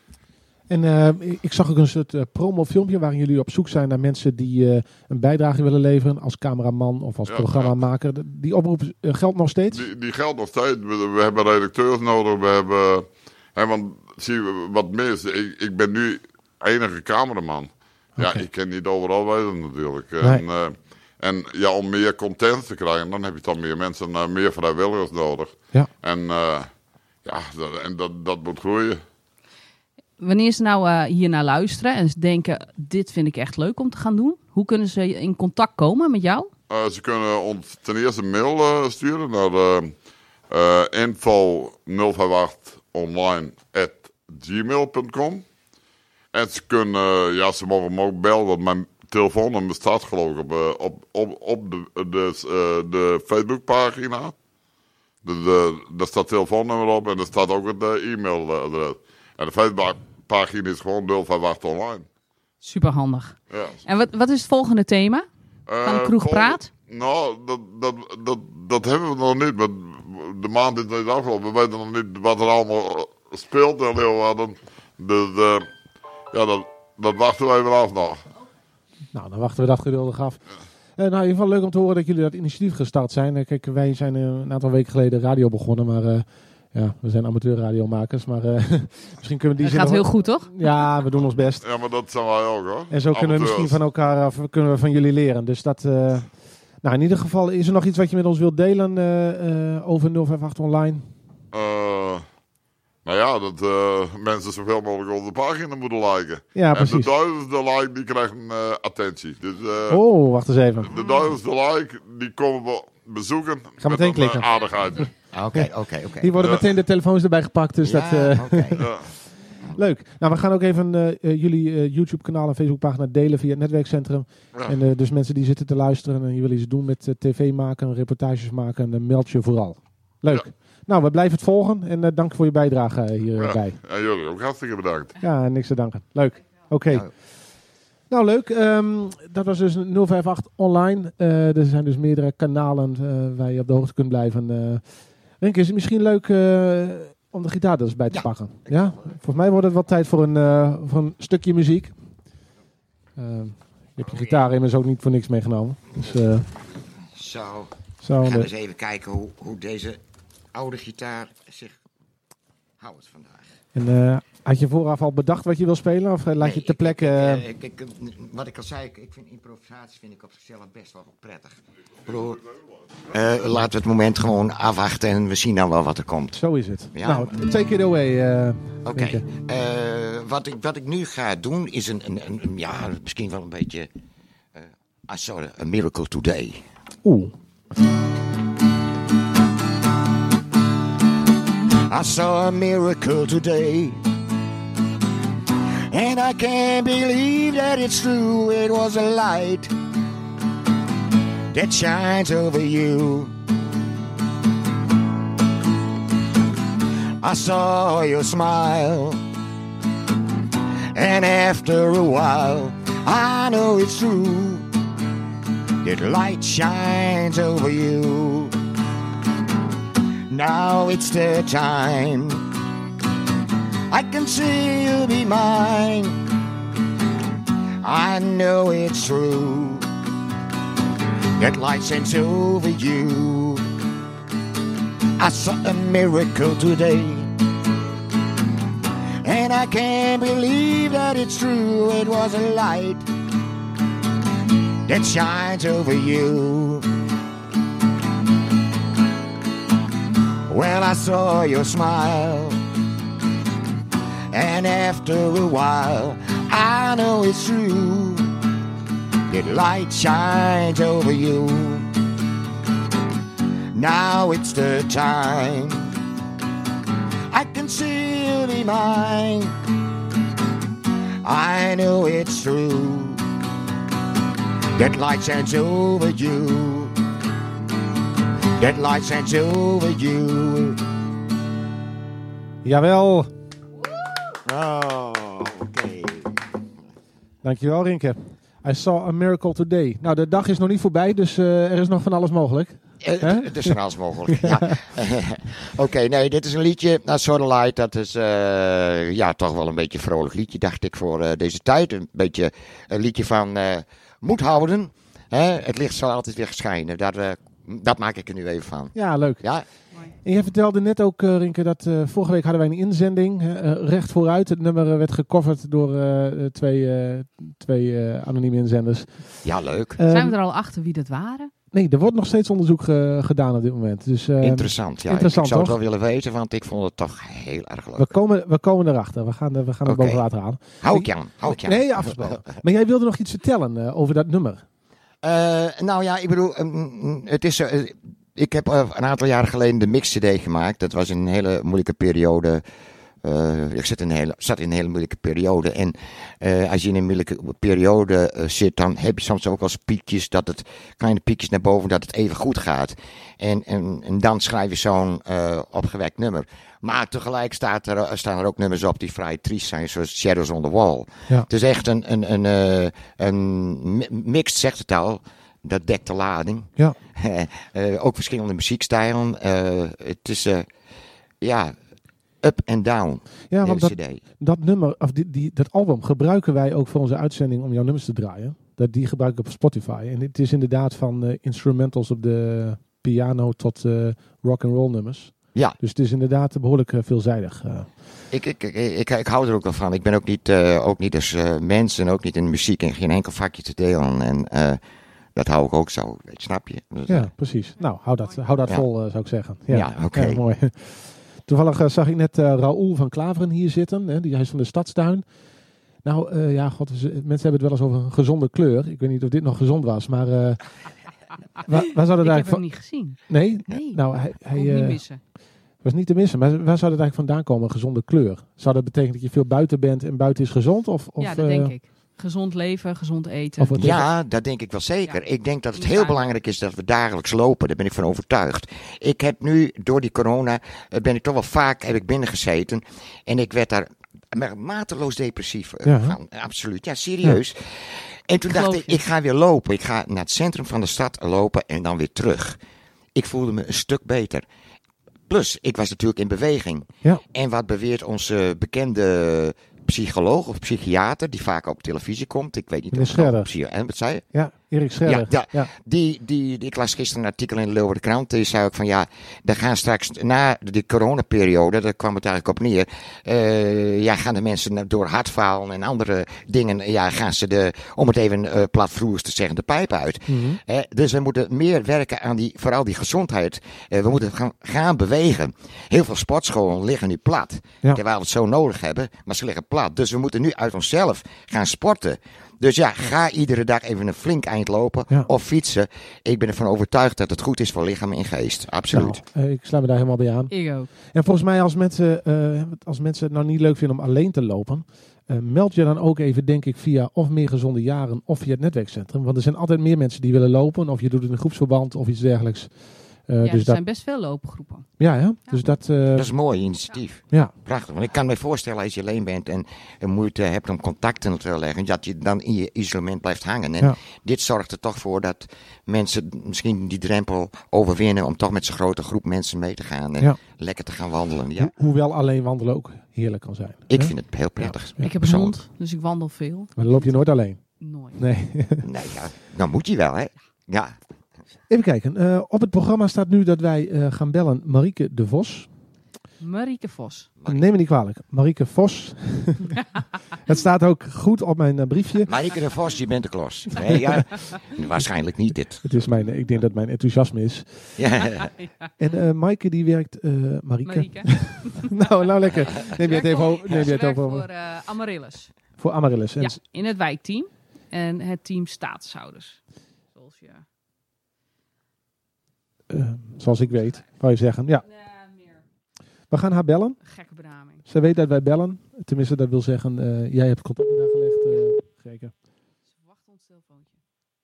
En uh, ik zag ook een soort uh, promofilmpje waarin jullie op zoek zijn naar mensen die uh, een bijdrage willen leveren als cameraman of als ja, programmamaker. Ja. Die oproep uh, geldt nog steeds? Die, die geldt nog steeds. We, we hebben redacteurs nodig. We hebben, hè, want zie je wat mis. Ik, ik ben nu enige cameraman. Okay. Ja, ik kan niet overal wezen natuurlijk. Nee. En, uh, en ja, om meer content te krijgen, dan heb je dan meer mensen, uh, meer vrijwilligers nodig. Ja. En uh, ja, dat, en dat, dat moet groeien. Wanneer ze nou uh, hier naar luisteren en ze denken, dit vind ik echt leuk om te gaan doen. Hoe kunnen ze in contact komen met jou? Uh, ze kunnen ons ten eerste een mail uh, sturen naar uh, uh, info nul vijf acht online at gmail punt com. En ze kunnen, uh, ja, ze mogen me ook bellen, want mijn telefoonnummer staat geloof ik op, uh, op, op, op de, de, uh, de Facebookpagina. De, de, daar staat telefoonnummer op en er staat ook het uh, e-mailadres. En de Facebookpagina is gewoon nul vijf acht online. Superhandig. Ja. En wat, wat is het volgende thema van de Kroeg Praat? Uh, nou, dat, dat, dat, dat hebben we nog niet. Maar de maand is niet afgelopen. We weten nog niet wat er allemaal speelt in Leeuwarden. Dus uh, ja, dat, dat wachten we even af nog. Nou, dan wachten we dat geduldig af. Ja. Uh, nou, in ieder geval leuk om te horen dat jullie dat initiatief gestart zijn. Uh, kijk, wij zijn uh, een aantal weken geleden radio begonnen, maar... Uh, Ja, we zijn amateurradiomakers, maar uh, misschien kunnen we die... Het gaat heel goed, toch? Ja, we doen ons best. Ja, maar dat zijn wij ook, hoor. En zo Amateurs. kunnen we misschien van elkaar, uh, kunnen we van jullie leren. Dus dat... Uh, nou, in ieder geval, is er nog iets wat je met ons wilt delen uh, uh, over nul vijf acht online? Uh, nou ja, dat uh, mensen zoveel mogelijk op de pagina moeten liken. Ja, en precies. de duizendste like, die krijgen uh, attentie. Dus, uh, oh, wacht eens even. De duizendste like, die komen we bezoeken. Ga meteen met klikken. Een, uh, aardigheid. Oké, oké, oké. Hier worden ja. meteen de telefoons erbij gepakt, dus ja, dat... Uh, okay. ja. Leuk. Nou, we gaan ook even uh, uh, jullie uh, YouTube-kanaal en Facebookpagina delen via het netwerkcentrum. Ja. En uh, dus mensen die zitten te luisteren en je wil iets doen met uh, tv maken, reportages maken, dan uh, meld je vooral. Leuk. Ja. Nou, we blijven het volgen en uh, dank voor je bijdrage uh, hierbij. Ja. En jullie ook hartstikke bedankt. Ja, niks te danken. Leuk. Oké. Okay. Ja. Nou, leuk. Um, dat was dus nul vijf acht online. Uh, er zijn dus meerdere kanalen uh, waar je op de hoogte kunt blijven. Uh, Renke, is het misschien leuk uh, om de gitaar dus bij te ja. pakken? Ja? Volgens mij wordt het wel tijd voor een, uh, voor een stukje muziek. Uh, je hebt je gitaar immers ook niet voor niks meegenomen. Dus, uh, Zo. Zo. We gaan eens even kijken hoe, hoe deze oude gitaar zich houdt vandaag. En uh, had je vooraf al bedacht wat je wil spelen? Of uh, laat nee, je ter plekke... Uh, ik, ik, ik, wat ik al zei, ik, ik vind improvisatie vind ik op zichzelf best wel prettig. Broer, uh, laten we het moment gewoon afwachten en we zien dan wel wat er komt. Zo is het. Ja. Nou, take it away. Uh, Oké. Okay. Uh, wat, ik, wat ik nu ga doen is een, een, een, een ja, misschien wel een beetje... Uh, I saw a miracle today. Oeh. I saw a miracle today, and I can't believe that it's true. It was a light that shines over you. I saw your smile, and after a while, I know it's true. That light shines over you. Now it's the time I can see you be mine. I know it's true. That light shines over you. I saw a miracle today, and I can't believe that it's true. It was a light that shines over you. Well, I saw your smile, and after a while, I know it's true. That light shines over you. Now it's the time I can see the mine. I know it's true. That light shines over you. That light shines over you. Jawel. Oh, oké. Okay. Dankjewel, Rinke. I saw a miracle today. Nou, de dag is nog niet voorbij, dus uh, er is nog van alles mogelijk. Uh, het is van alles mogelijk, ja. Oké, okay, nee, dit is een liedje. Nou, Sort of Light, dat is uh, ja, toch wel een beetje een vrolijk liedje, dacht ik, voor uh, deze tijd. Een beetje een liedje van uh, moed houden. Hè? Het licht zal altijd weer schijnen. Daar, uh, dat maak ik er nu even van. Ja, leuk. Ja. En jij vertelde net ook, uh, Rinke, dat uh, vorige week hadden wij een inzending. Uh, recht vooruit. Het nummer uh, werd gecoverd door uh, twee, uh, twee uh, anonieme inzenders. Ja, leuk. Um, Zijn we er al achter wie dat waren? Nee, er wordt nog steeds onderzoek uh, gedaan op dit moment. Dus, uh, interessant, ja. Interessant, ik zou toch? het wel willen weten, want ik vond het toch heel erg leuk. We komen, we komen erachter. We gaan, we gaan het okay. boven water halen. Hou ik aan, hou ik aan. Nee, afgesproken. Maar jij wilde nog iets vertellen uh, over dat nummer. Uh, nou ja, ik bedoel, um, het is... Uh, ik heb uh, een aantal jaren geleden de mix-cd gemaakt. Dat was een hele moeilijke periode. Uh, ik zat in, een hele, zat in een hele moeilijke periode. En uh, als je in een moeilijke periode uh, zit, dan heb je soms ook wel eens piekjes, dat het, kleine piekjes naar boven, dat het even goed gaat. En, en, en dan schrijf je zo'n uh, opgewekt nummer. Maar tegelijk staat er, staan er ook nummers op die vrij triest zijn, zoals Shadows on the Wall. Ja. Het is echt een, een, een, een, een mixed, zegt het al. Dat dekt de lading. Ja. uh, ook verschillende muziekstijlen. Uh, het is, uh, ja, up en down. Ja, want dat, dat nummer, of die, die, dat album gebruiken wij ook voor onze uitzending om jouw nummers te draaien. Dat, die gebruik ik op Spotify. En het is inderdaad van uh, instrumentals op de piano tot uh, rock and roll nummers. Ja. Dus het is inderdaad behoorlijk uh, veelzijdig. Uh. Ik, ik, ik, ik, ik hou er ook wel van. Ik ben ook niet, uh, ook niet als uh, mens en ook niet in de muziek en geen enkel vakje te delen. En uh, dat hou ik ook zo, snap je? Dus, ja, precies. Nou, hou dat, hou dat ja. vol, uh, zou ik zeggen. Ja, ja oké. Okay. Ja, mooi. Toevallig uh, zag ik net uh, Raoul van Klaveren hier zitten. Hè, die, hij is van de Stadstuin. Nou, uh, ja, god, dus, uh, mensen hebben het wel eens over een gezonde kleur. Ik weet niet of dit nog gezond was, maar... Uh, waar, waar zou dat ik eigenlijk heb van... hem niet gezien. Nee? Nee. Nou, hij... hij uh, niet missen. was niet te missen. Maar waar zou dat eigenlijk vandaan komen, een gezonde kleur? Zou dat betekenen dat je veel buiten bent en buiten is gezond? Of, of, ja, dat uh, denk ik. Gezond leven, gezond eten. Ja, dat denk ik wel zeker. Ja. Ik denk dat het heel belangrijk is dat we dagelijks lopen. Daar ben ik van overtuigd. Ik heb nu, door die corona, ben ik toch wel vaak heb ik binnengezeten. En ik werd daar mateloos depressief uh, ja, van. Absoluut. Ja, serieus. Ja. En toen dacht ik, ik ga weer lopen. Ik ga naar het centrum van de stad lopen en dan weer terug. Ik voelde me een stuk beter. Plus, ik was natuurlijk in beweging. Ja. En wat beweert onze bekende psycholoog of psychiater, die vaak op televisie komt. Ik weet niet of het psych- En wat zei je? Ja, Erik Scherder. Ja, ja. ja. Die, die, die, ik las gisteren een artikel in de Leeuwardenkrant. Die zei ook van ja, daar gaan straks na de coronaperiode, daar kwam het eigenlijk op neer. Uh, ja, gaan de mensen door hartfalen en andere dingen, ja, gaan ze de, om het even uh, platvloers te zeggen, de pijp uit. Mm-hmm. Uh, dus we moeten meer werken aan die, vooral die gezondheid. Uh, we moeten gaan, gaan bewegen. Heel veel sportscholen liggen nu plat. Ja. Terwijl we het zo nodig hebben, maar ze liggen plat. Dus we moeten nu uit onszelf gaan sporten. Dus ja, ga iedere dag even een flink eind lopen ja. of fietsen. Ik ben ervan overtuigd dat het goed is voor lichaam en geest. Absoluut. Nou, ik sluit me daar helemaal bij aan. Ik ook. En volgens mij als mensen, uh, als mensen het nou niet leuk vinden om alleen te lopen, uh, meld je dan ook even, denk ik, via of Meer Gezonde Jaren of via het netwerkcentrum. Want er zijn altijd meer mensen die willen lopen. Of je doet het in een groepsverband of iets dergelijks. Uh, ja, dus er dat... zijn best veel loopgroepen. Ja, ja. ja. Dus dat, uh... dat is een mooi initiatief. Ja. Prachtig. Want ik kan me voorstellen als je alleen bent en, en moeite hebt om contacten te leggen, dat je dan in je isolement blijft hangen. En ja. dit zorgt er toch voor dat mensen misschien die drempel overwinnen om toch met zo'n grote groep mensen mee te gaan en ja. lekker te gaan wandelen. Ja. Ho- hoewel alleen wandelen ook heerlijk kan zijn. Ik hè? vind het heel prettig. Ja. Ja. Ik heb een hond, dus ik wandel veel. Maar dan loop je nooit alleen? Nooit. Nee. nee, ja. Dan moet je wel, hè? Ja. Even kijken. Uh, op het programma staat nu dat wij uh, gaan bellen Marieke de Vos. Marieke Vos. Neem me niet kwalijk. Marieke Vos. Het staat ook goed op mijn uh, briefje. Marieke de Vos, je bent de klos. Nee, ja. Waarschijnlijk niet dit. Het is mijn, ik denk dat het mijn enthousiasme is. Ja. En uh, Maaike die werkt... Uh, Marieke. Marieke. nou, nou lekker. Neem je het even over. Neem je het over. Voor uh, Amaryllis. Voor Amaryllis. Ja, in het wijkteam. En het team statushouders. Zoals je... Uh, zoals ik weet, wou je zeggen. Ja. Nee, meer. We gaan haar bellen. Gekke benaming. Ze weet dat wij bellen. Tenminste, dat wil zeggen, uh, jij hebt contact met haar gelegd. Uh, Gekke. Ze wacht ons telefoontje.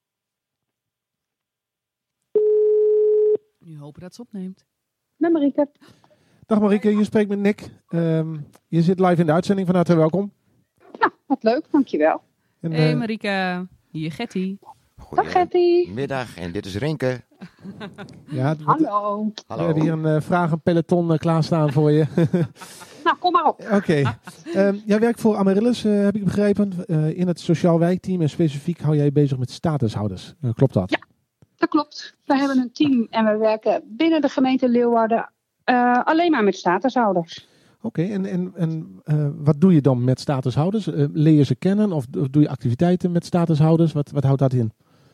Nu hopen dat ze opneemt. Met Marieke. Dag Marieke, je spreekt met Nick. Um, je zit live in de uitzending. Van harte welkom. Nou, wat leuk, dankjewel. En, hey uh, Marieke, hier Getty. Dag Getty. Middag, en dit is Rinke. Ja, het, Hallo. We hebben hier een uh, vragenpeloton uh, klaarstaan voor je. Nou, kom maar op. Oké. Okay. Um, jij werkt voor Amaryllis, uh, heb ik begrepen. Uh, in het sociaal wijkteam en specifiek hou jij je bezig met statushouders. Uh, klopt dat? Ja, dat klopt. We hebben een team en we werken binnen de gemeente Leeuwarden uh, alleen maar met statushouders. Oké, okay, en, en, en uh, wat doe je dan met statushouders? Uh, leer je ze kennen of, of doe je activiteiten met statushouders? Wat, wat houdt dat in?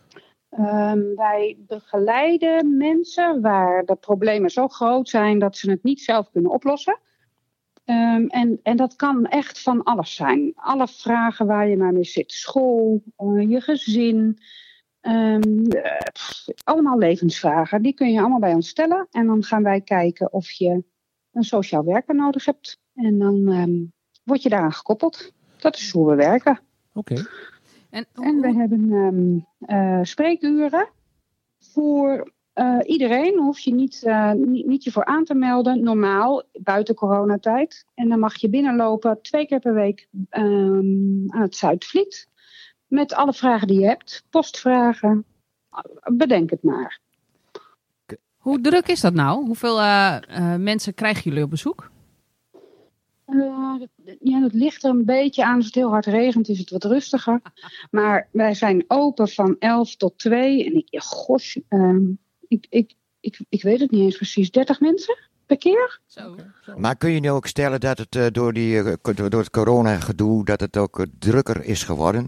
Um, wij begeleiden mensen waar de problemen zo groot zijn dat ze het niet zelf kunnen oplossen. Um, en, en dat kan echt van alles zijn. Alle vragen waar je maar mee zit. School, uh, je gezin. Um, uh, pff, allemaal levensvragen. Die kun je allemaal bij ons stellen. En dan gaan wij kijken of je een sociaal werker nodig hebt. En dan um, word je daaraan gekoppeld. Dat is hoe we werken. Oké. Okay. En, en we hebben um, uh, spreekuren voor uh, iedereen. Hoef je niet, uh, niet, niet je voor aan te melden. Normaal, buiten coronatijd. En dan mag je binnenlopen twee keer per week um, aan het Zuidvliet. Met alle vragen die je hebt. Postvragen. Bedenk het maar. Hoe druk is dat nou? Hoeveel uh, uh, mensen krijgen jullie op bezoek? Uh, ja, dat ligt er een beetje aan. Als het heel hard regent is het wat rustiger. Maar wij zijn open van elf tot twee. En ik, ja, gosh, um, ik, ik, ik, ik weet het niet eens precies. dertig mensen per keer. Zo. Okay, zo. Maar kun je nu ook stellen dat het uh, door, die, uh, door het corona-gedoe dat het ook uh, drukker is geworden?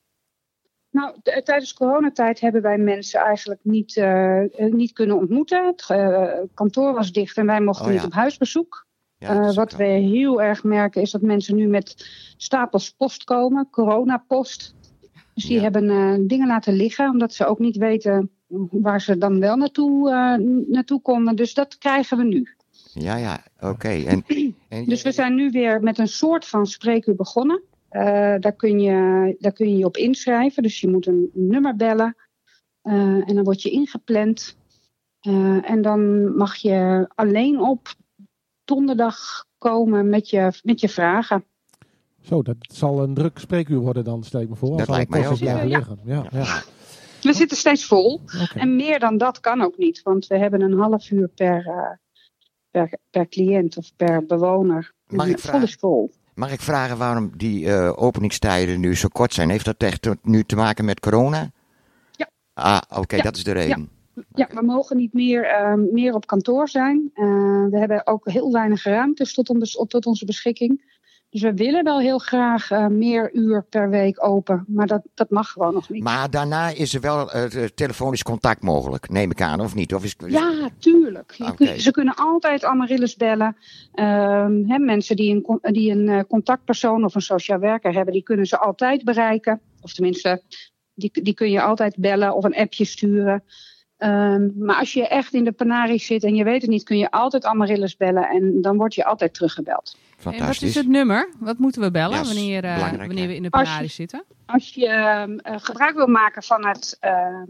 Nou, t- tijdens coronatijd hebben wij mensen eigenlijk niet, uh, niet kunnen ontmoeten. Het uh, kantoor was dicht en wij mochten oh, ja. niet op huisbezoek. Ja, uh, wat we heel erg merken is dat mensen nu met stapels post komen, coronapost. Dus die ja. hebben uh, dingen laten liggen, omdat ze ook niet weten waar ze dan wel naartoe, uh, naartoe komen. Dus dat krijgen we nu. Ja, ja, oké. Okay. En, en... Dus we zijn nu weer met een soort van spreekuur begonnen. Uh, daar, kun je, daar kun je je op inschrijven. Dus je moet een nummer bellen. Uh, en dan word je ingepland. Uh, en dan mag je alleen op donderdag komen met je, met je vragen. Zo, dat zal een druk spreekuur worden dan, stel ik me voor. Dat lijkt mij ook. Ja. Ja. Ja, ja. We zitten steeds vol. Okay. En meer dan dat kan ook niet. Want we hebben een half uur per, uh, per, per cliënt of per bewoner. Mag ik vol is vol. Mag ik vragen waarom die uh, openingstijden nu zo kort zijn? Heeft dat echt nu te maken met corona? Ja. Ah, oké, okay, ja. dat is de reden. Ja, ja we mogen niet meer, uh, meer op kantoor zijn. Uh, we hebben ook heel weinig ruimtes tot, on- tot onze beschikking. Dus we willen wel heel graag uh, meer uur per week open. Maar dat, dat mag gewoon nog niet. Maar daarna is er wel uh, telefonisch contact mogelijk, neem ik aan, of niet? Of is... Ja, tuurlijk. Okay. Kun, ze kunnen altijd Amaryllis bellen. Uh, hè, mensen die een, die een uh, contactpersoon of een sociaal werker hebben, die kunnen ze altijd bereiken. Of tenminste, die, die kun je altijd bellen of een appje sturen. Um, maar als je echt in de penarie zit en je weet het niet, kun je altijd Amaryllis bellen en dan word je altijd teruggebeld. En wat is het nummer? Wat moeten we bellen ja, wanneer, uh, wanneer ja. we in de penarie als je, zitten? Als je uh, gebruik wil maken van het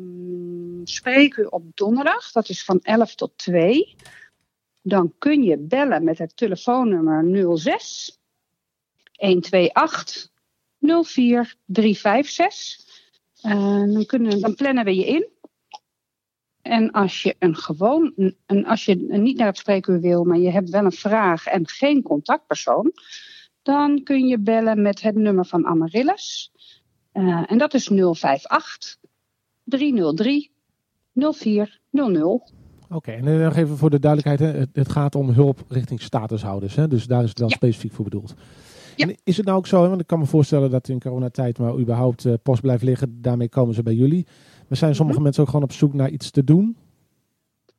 um, spreekuur op donderdag, dat is van elf tot twee, dan kun je bellen met het telefoonnummer nul zes een twee acht nul vier drie vijf zes. Uh, dan, kunnen, dan plannen we je in. En als je een gewoon, een, als je niet naar het spreekuur wil, maar je hebt wel een vraag en geen contactpersoon, dan kun je bellen met het nummer van Amaryllis. Uh, en dat is nul vijf acht drie nul drie nul vier nul nul. Oké, okay, en nog even voor de duidelijkheid, hè, het, het gaat om hulp richting statushouders, hè? Dus daar is het wel ja. specifiek voor bedoeld. Ja. En is het nou ook zo, hè, want ik kan me voorstellen dat in coronatijd maar überhaupt uh, post blijft liggen, daarmee komen ze bij jullie. Maar zijn sommige mm-hmm. mensen ook gewoon op zoek naar iets te doen?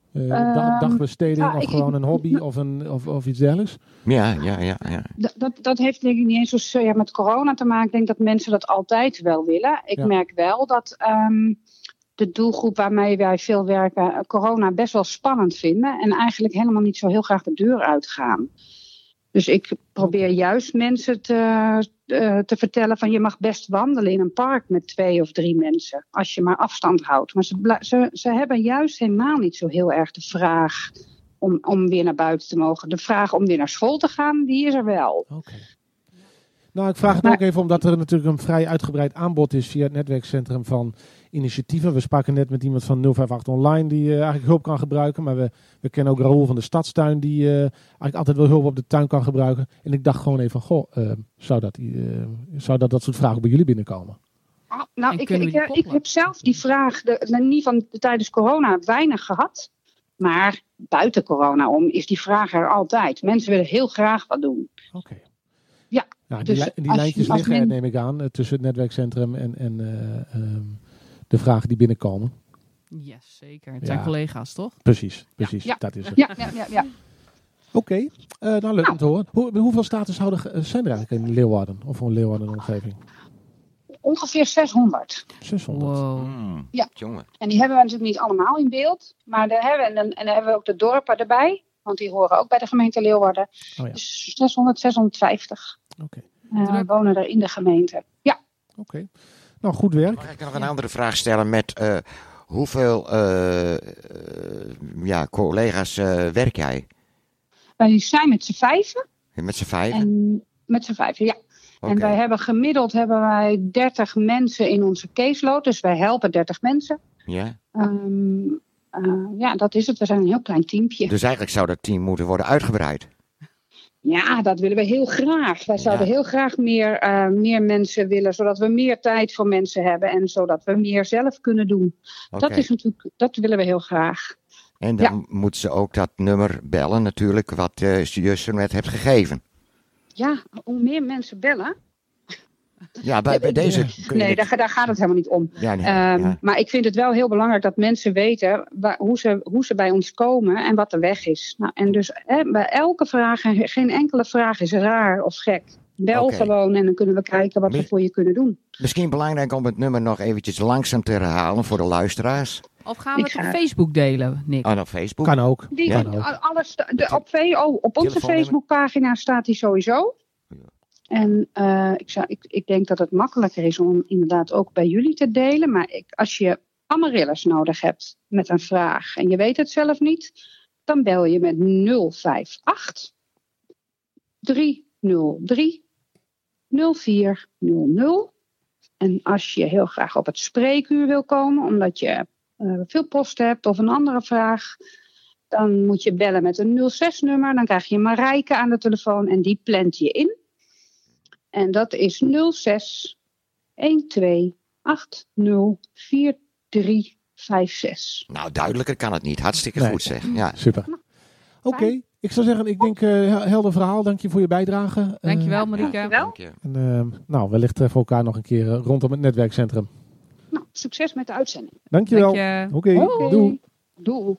Uh, dag, dagbesteding ja, of ik, gewoon ik, een hobby of, een, of, of iets dergelijks? Ja, ja, ja. ja. Dat, dat, dat heeft denk ik niet eens zozeer met corona te maken. Ik denk dat mensen dat altijd wel willen. Ik ja. merk wel dat um, de doelgroep waarmee wij veel werken corona best wel spannend vinden. En eigenlijk helemaal niet zo heel graag de deur uitgaan. Dus ik probeer juist mensen te, uh, te vertellen van je mag best wandelen in een park met twee of drie mensen. Als je maar afstand houdt. Maar ze, ze, ze hebben juist helemaal niet zo heel erg de vraag om, om weer naar buiten te mogen. De vraag om weer naar school te gaan, die is er wel. Okay. Nou, ik vraag het maar, ook even omdat er natuurlijk een vrij uitgebreid aanbod is via het netwerkcentrum van initiatieven. We spraken net met iemand van nul vijf acht Online die uh, eigenlijk hulp kan gebruiken. Maar we, we kennen ook Raoul van de Stadstuin die uh, eigenlijk altijd wel hulp op de tuin kan gebruiken. En ik dacht gewoon even, goh, uh, zou, dat, uh, zou dat dat soort vragen bij jullie binnenkomen? Oh, nou, ik, ik, ik, ik heb zelf die vraag, de, niet van de, tijdens corona, weinig gehad. Maar buiten corona om is die vraag er altijd. Mensen willen heel graag wat doen. Oké. Okay. Ja, nou, die, dus li- die lijntjes je, liggen, men... neem ik aan, uh, tussen het netwerkcentrum en, en uh, um, de vragen die binnenkomen. Yes, zeker. Het ja. zijn collega's, toch? Precies, precies. Ja. Dat is het. Ja, ja, ja. ja. Oké, okay. uh, nou leuk nou. om te horen. Hoe, hoeveel statushouders zijn er eigenlijk in Leeuwarden of een Leeuwarden-omgeving? Ongeveer zeshonderd. zeshonderd. Wow. Mm, ja, jongen. En die hebben we natuurlijk niet allemaal in beeld. Maar daar hebben we, en, en dan hebben we ook de dorpen erbij. Want die horen ook bij de gemeente Leeuwarden. Oh ja. Dus zeshonderd, zeshonderdvijftig okay. uh, wonen er in de gemeente. Ja. Oké. Okay. Nou, goed werk. Mag ik nog een andere vraag stellen met uh, hoeveel uh, uh, ja, collega's uh, werk jij? Wij zijn met z'n vijven. Met z'n vijven? En met z'n vijven, ja. Okay. En wij hebben gemiddeld hebben wij dertig mensen in onze caseload. Dus wij helpen dertig mensen. Ja. Um, uh, ja, dat is het. We zijn een heel klein teampje. Dus eigenlijk zou dat team moeten worden uitgebreid. Ja, dat willen we heel graag. Wij zouden ja. heel graag meer, uh, meer mensen willen, zodat we meer tijd voor mensen hebben en zodat we meer zelf kunnen doen. Okay. Dat is natuurlijk, dat willen we heel graag. En dan ja. moeten ze ook dat nummer bellen natuurlijk, wat uh, je zo net hebt gegeven. Ja, hoe meer mensen bellen. Ja, bij, bij deze... Nee, daar, daar gaat het helemaal niet om. Ja, nee, um, ja. Maar ik vind het wel heel belangrijk dat mensen weten waar, hoe, ze, hoe ze bij ons komen en wat de weg is. Nou, en dus hè, bij elke vraag, geen enkele vraag is raar of gek. Bel okay. gewoon en dan kunnen we kijken wat Mis, we voor je kunnen doen. Misschien belangrijk om het nummer nog eventjes langzaam te herhalen voor de luisteraars. Of gaan we ik het op ga... Facebook delen, Nick? Oh, op Facebook? Kan ook. Die, ja. kan ook. Alles, de, op, oh, op onze Facebookpagina staat die sowieso. Ja. En uh, ik, zou, ik, ik denk dat het makkelijker is om inderdaad ook bij jullie te delen. Maar ik, als je amaryllis nodig hebt met een vraag en je weet het zelf niet, dan bel je met nul vijf acht, drie nul drie, nul vier nul nul. En als je heel graag op het spreekuur wil komen, omdat je uh, veel post hebt of een andere vraag, dan moet je bellen met een nul zes nummer. Dan krijg je Marijke aan de telefoon en die plant je in. En dat is nul zes een twee acht nul vier drie vijf zes. Nou, duidelijker kan het niet. Hartstikke nee. goed zeg. Ja. Super. Oké, okay. Ik zou zeggen, ik denk uh, helder verhaal. Dank je voor je bijdrage. Dankjewel, Marieke. Uh, Dankjewel. Dank je. En, uh, nou, wellicht treffen we elkaar nog een keer uh, rondom het netwerkcentrum. Nou, succes met de uitzending. Dankjewel. Dank je. Oké, okay. okay. doei. Doei.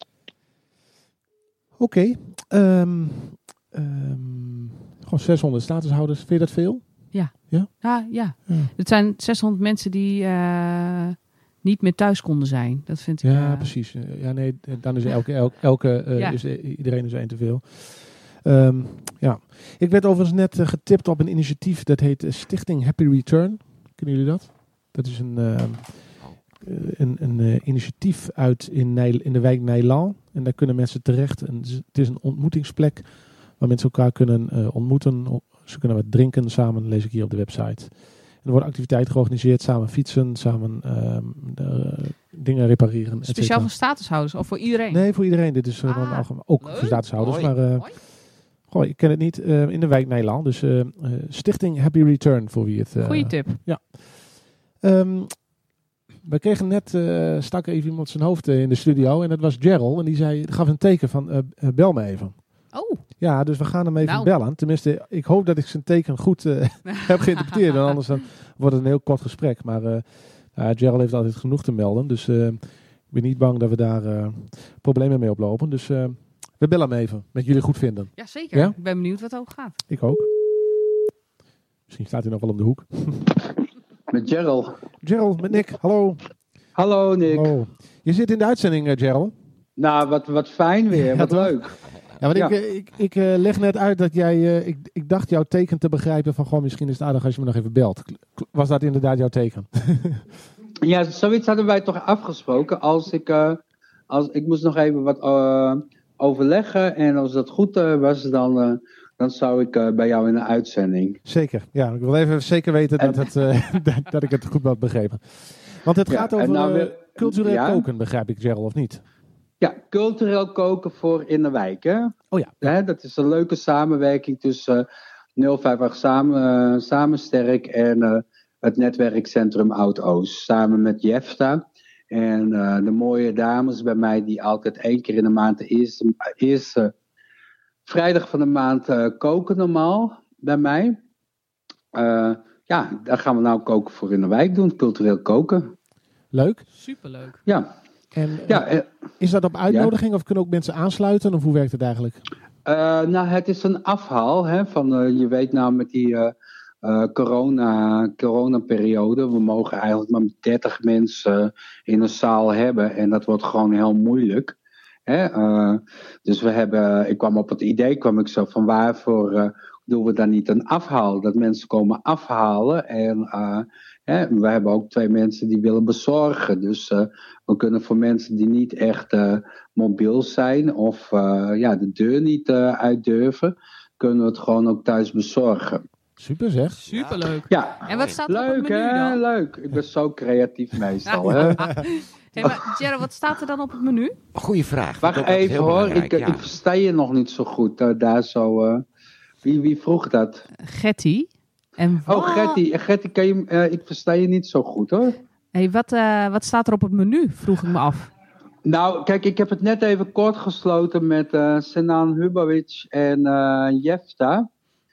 Oké. Okay. Um, um, gewoon zeshonderd statushouders. Vind je dat veel? Ja. Ja? Ah, ja. ja. Het zijn zeshonderd mensen die uh, niet meer thuis konden zijn. Dat vind ik... Ja, uh... precies. Ja, nee, dan is elke, elke, elke uh, ja. is, iedereen is één te veel. Um, ja. Ik werd overigens net uh, getipt op een initiatief dat heet uh, Stichting Happy Return. Kennen jullie dat? Dat is een, uh, een, een uh, initiatief uit in, Nijl, in de wijk Nijland. En daar kunnen mensen terecht. En het is een ontmoetingsplek waar mensen elkaar kunnen uh, ontmoeten. Ze kunnen wat drinken samen, lees ik hier op de website. En er worden activiteiten georganiseerd, samen fietsen, samen um, de, uh, dingen repareren. Speciaal voor statushouders of voor iedereen? Nee, voor iedereen. Dit is uh, ah, algemeen, ook leuk. Voor statushouders. Mooi. Maar uh, goh, ik ken het niet uh, in de wijk Nijland. Dus uh, uh, Stichting Happy Return voor wie het... Uh, Goeie tip. Ja. Um, we kregen net, uh, stak even iemand zijn hoofd uh, in de studio en dat was Gerald. En die zei, gaf een teken van uh, uh, bel me even. Oh. Ja, dus we gaan hem even nou. bellen. Tenminste, ik hoop dat ik zijn teken goed uh, heb geïnterpreteerd. Anders dan wordt het een heel kort gesprek. Maar uh, uh, Gerald heeft altijd genoeg te melden. Dus uh, ben niet bang dat we daar uh, problemen mee oplopen. Dus uh, we bellen hem even, met jullie goed vinden. Ja, zeker. Ja? Ik ben benieuwd wat over gaat. Ik ook. Misschien staat hij nog wel om de hoek. Met Gerald. Gerald, met Nick. Hallo. Hallo, Nick. Oh. Je zit in de uitzending, uh, Gerald. Nou, wat, wat fijn weer. Ja, wat toch? Leuk. Ja, want ja. ik, ik, ik uh, leg net uit dat jij... Uh, ik, ik dacht jouw teken te begrijpen van... Gewoon, misschien is het aardig als je me nog even belt. Was dat inderdaad jouw teken? Ja, zoiets hadden wij toch afgesproken. Als ik... Uh, als, ik moest nog even wat uh, overleggen. En als dat goed uh, was, dan... Uh, dan zou ik uh, bij jou in de uitzending. Zeker, ja. Ik wil even zeker weten dat, en, het, uh, dat, dat ik het goed had begrepen. Want het ja, gaat over nou weer, uh, cultureel ja? koken, begrijp ik, Gerald, of niet? Ja, cultureel koken voor in de wijk, hè? Oh ja. Hè, dat is een leuke samenwerking tussen uh, nul vijf acht samen, uh, Samensterk en uh, het netwerkcentrum Oud-Oost. Samen met Jefta. En uh, de mooie dames bij mij die altijd één keer in de maand de eerste... eerste vrijdag van de maand uh, koken normaal bij mij. Uh, ja, daar gaan we nou koken voor in de wijk doen. Cultureel koken. Leuk. Superleuk. Ja. En ja, uh, is dat op uitnodiging ja. of kunnen ook mensen aansluiten? Of hoe werkt het eigenlijk? Uh, nou, het is een afhaal. Hè, van, uh, je weet nou met die uh, uh, corona, coronaperiode. We mogen eigenlijk maar dertig mensen uh, in een zaal hebben. En dat wordt gewoon heel moeilijk. He, uh, dus we hebben, ik kwam op het idee, kwam ik zo van waarvoor uh, doen we dan niet een afhaal? Dat mensen komen afhalen en uh, he, we hebben ook twee mensen die willen bezorgen. Dus uh, we kunnen voor mensen die niet echt uh, mobiel zijn of uh, ja, de deur niet uh, uit durven, kunnen we het gewoon ook thuis bezorgen. Super zeg. Superleuk. Ja. En wat staat er leuk, op het menu dan? Hè? Leuk. Ik ben zo creatief meestal. Hè? Hey, maar Gerald, wat staat er dan op het menu? Goeie vraag. Wacht even hoor, ik, ja. ik versta je nog niet zo goed. Uh, daar zo, uh, wie, wie vroeg dat? Getty. En oh, Getty. Getty, kan je, uh, ik versta je niet zo goed hoor. Hey, wat, uh, wat staat er op het menu, vroeg ik me af. Nou, kijk, ik heb het net even kort gesloten met uh, Senan Hubovic en uh, Jefta.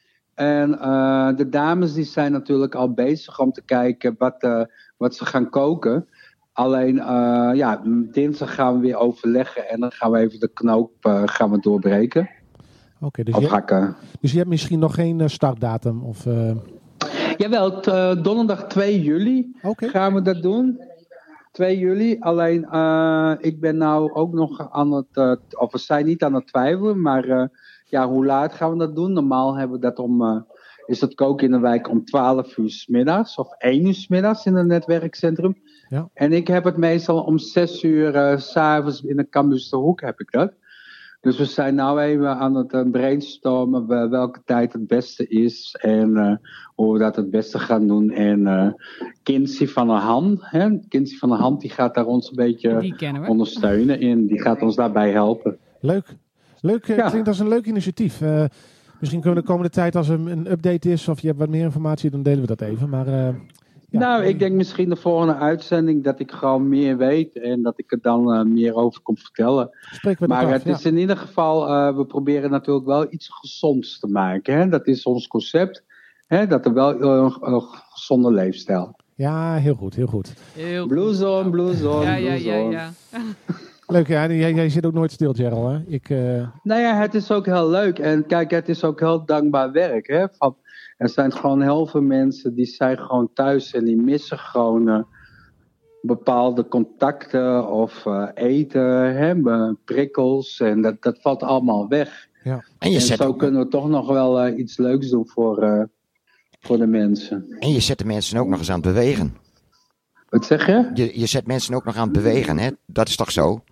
En uh, de dames die zijn natuurlijk al bezig om te kijken wat, uh, wat ze gaan koken. Alleen, uh, ja, dinsdag gaan we weer overleggen en dan gaan we even de knoop uh, gaan we doorbreken. Oké, okay, dus, of hakken. Dus je hebt misschien nog geen uh, startdatum? Of, uh... Jawel, t, uh, donderdag twee juli okay. gaan we dat doen. twee juli, alleen uh, ik ben nou ook nog aan het, uh, of we zijn niet aan het twijfelen, maar uh, ja, hoe laat gaan we dat doen? Normaal hebben we dat om, uh, is het koken in de wijk om twaalf uur 's middags of één uur 's middags in het netwerkcentrum. Ja. En ik heb het meestal om zes uur uh, 's avonds in de Campus de Hoek heb ik dat. Dus we zijn nou even aan het uh, brainstormen welke tijd het beste is en uh, hoe we dat het beste gaan doen. En uh, Kinsey van der Hand, hè? Kinsey van der Hand die gaat daar ons een beetje ondersteunen en die gaat ons daarbij helpen. Leuk. Leuk, uh, ja. Klinkt als een leuk initiatief. Uh, misschien kunnen we de komende tijd als er een update is of je hebt wat meer informatie, dan delen we dat even. Maar... Uh... Ja. Nou, ik denk misschien de volgende uitzending dat ik gewoon meer weet en dat ik er dan uh, meer over kom vertellen. Spreken we maar af, het ja. is in ieder geval, uh, we proberen natuurlijk wel iets gezonds te maken. Hè? Dat is ons concept, hè? Dat er wel een uh, uh, gezonde leefstijl. Ja, heel goed, heel goed. Heel Bluezone, bluezone, ja, ja, ja, ja, ja. Leuk, ja. Jij, jij zit ook nooit stil, Gerald, hè? Ik, uh... Nou ja, het is ook heel leuk. En kijk, het is ook heel dankbaar werk, hè. Van, er zijn gewoon heel veel mensen die zijn gewoon thuis en die missen gewoon uh, bepaalde contacten of uh, eten, hè, prikkels. En dat, dat valt allemaal weg. Ja. En, je en zet zo ook... kunnen we toch nog wel uh, iets leuks doen voor, uh, voor de mensen. En je zet de mensen ook nog eens aan het bewegen. Wat zeg je? Je, je zet mensen ook nog aan het bewegen, hè? Dat is toch zo?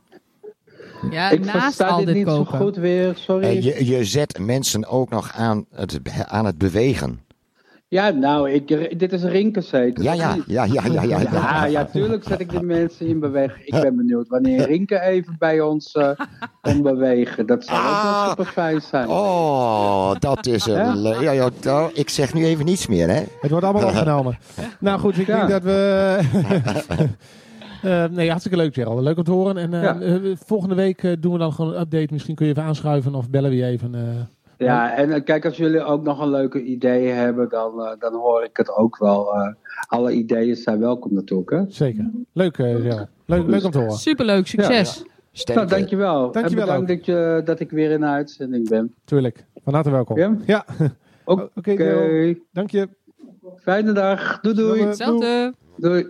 Ja, ik naast versta al dit dit niet koken. zo goed weer, sorry. En je, je zet mensen ook nog aan het, aan het bewegen. Ja, nou, ik, dit is Rinke zeker. Ja, ja, ja, ja, ja, ja. Ja, ja, ja, tuurlijk zet ik de mensen in beweging. Ik ben benieuwd wanneer Rinke even bij ons uh, komt bewegen. Dat zou ah, ook wel super fijn zijn. Oh, dat is een... Le- ja, ja, ja, ik zeg nu even niets meer, hè. Het wordt allemaal opgenomen. Nou goed, ik ja. denk dat we... Uh, nee, hartstikke leuk, Gerald. Leuk om te horen. En uh, ja. uh, volgende week uh, doen we dan gewoon een update. Misschien kun je even aanschuiven of bellen we je even. Uh, ja, en uh, kijk, als jullie ook nog een leuke idee hebben, dan, uh, dan hoor ik het ook wel. Uh, alle ideeën zijn welkom natuurlijk. Hè? Zeker. Leuk, uh, Gerald. Leuk, leuk om te horen. Superleuk, succes. Ja. Nou, dankjewel. Dankjewel en bedankt dat, je, dat ik weer in de uitzending ben. Tuurlijk. Van harte welkom. Ja? Ja. Oké. Okay, okay, dank je. Fijne dag. Doei doei. Hetzelfde. Doei.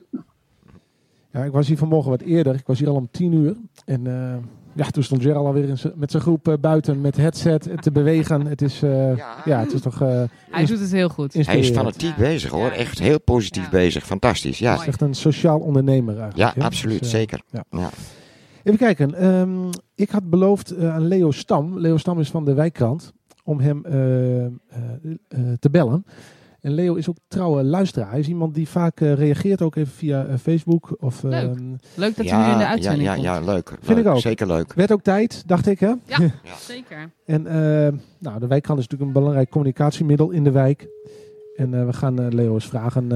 Ja, ik was hier vanmorgen wat eerder. Ik was hier al om tien uur. En uh, ja, toen stond Gerald alweer in met zijn groep uh, buiten met headset te bewegen. Het is, uh, ja. ja, het is toch... Uh, Hij doet het heel goed. Hij is fanatiek ja. bezig hoor. Echt heel positief ja. bezig. Fantastisch. Ja. Hij is echt een sociaal ondernemer eigenlijk. Ja, hè? absoluut. Dus, uh, zeker. Ja. Ja. Even kijken. Um, ik had beloofd uh, aan Leo Stam. Leo Stam is van de Wijkkrant. Om hem uh, uh, uh, te bellen. En Leo is ook trouwe luisteraar. Hij is iemand die vaak uh, reageert ook even via uh, Facebook. Of, uh, leuk. Leuk dat ja, hij nu in de uitzending ja, ja, komt. Ja, leuk. Vind leuk. ik ook. Zeker leuk. Werd ook tijd, dacht ik hè? Ja, ja. zeker. En uh, nou, de Wijkkrant is natuurlijk een belangrijk communicatiemiddel in de wijk. En uh, we gaan uh, Leo eens vragen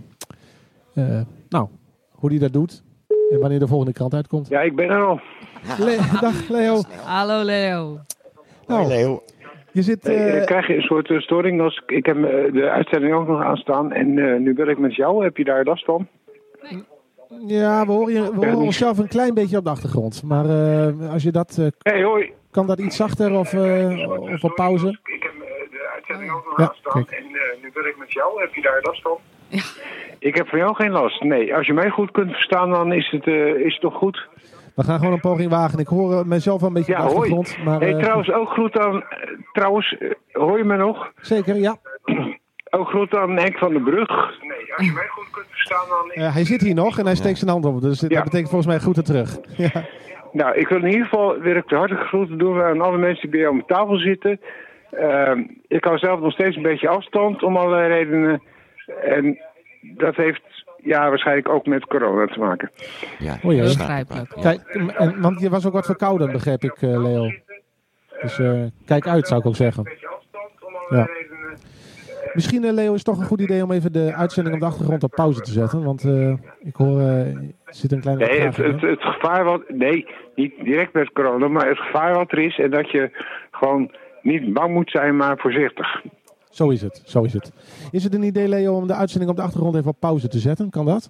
uh, uh, nou, hoe hij dat doet. En wanneer de volgende krant uitkomt. Ja, ik ben er al. Le- Dag Leo. Hallo Leo. Nou, Hoi Leo. Je zit, uh... nee, dan krijg je een soort uh, storing. Als, ik heb uh, de uitzending ook nog aanstaan. En uh, nu ben ik met jou. Heb je daar last van? Nee. Ja, we horen, je, we horen onszelf een klein beetje op de achtergrond. Maar uh, als je dat... Uh, hey, hoi. Kan dat iets zachter of, uh, of op pauze? Ik heb uh, de uitzending ook nog ja, aanstaan. kijk. En uh, nu ben ik met jou. Heb je daar last van? Ja. Ik heb van jou geen last. Nee, als je mij goed kunt verstaan, dan is het, uh, is het toch goed? We gaan gewoon een poging wagen. Ik hoor uh, mezelf wel een beetje ja, op de achtergrond. Maar, hey, uh, trouwens, ook groet aan... Uh, trouwens, uh, hoor je me nog? Zeker, ja. Ook groet aan Henk van den Brug. Nee, als je mij goed kunt verstaan, dan... Is... Uh, hij zit hier nog en hij steekt zijn hand op. Dus ja. Dat betekent volgens mij groeten terug. Ja. Nou, ik wil in ieder geval weer de hartelijke groeten doen aan alle mensen die bij jou om tafel zitten. Uh, ik hou zelf nog steeds een beetje afstand om allerlei redenen. En dat heeft ja, waarschijnlijk ook met corona te maken. Ja, oh, ja. Begrijpelijk. Kijk, en, want je was ook wat verkouden, begreep ik, uh, Leo. Dus uh, kijk uit, zou ik ook zeggen. Ja. Misschien, uh, Leo, is het toch een goed idee om even de uitzending op de achtergrond op pauze te zetten. Want uh, ik hoor, uh, er zit een kleine... Nee, het, het, het gevaar wat... Nee, niet direct met corona, maar het gevaar wat er is. En dat je gewoon niet bang moet zijn, maar voorzichtig. Zo is het, zo is het. Is het een idee, Leo, om de uitzending op de achtergrond even op pauze te zetten? Kan dat?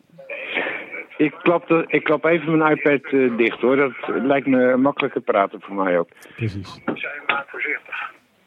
Ik klap, de, ik klap even mijn iPad uh, dicht, hoor. Dat lijkt me makkelijker praten voor mij ook. Precies. Zijn maar voorzichtig.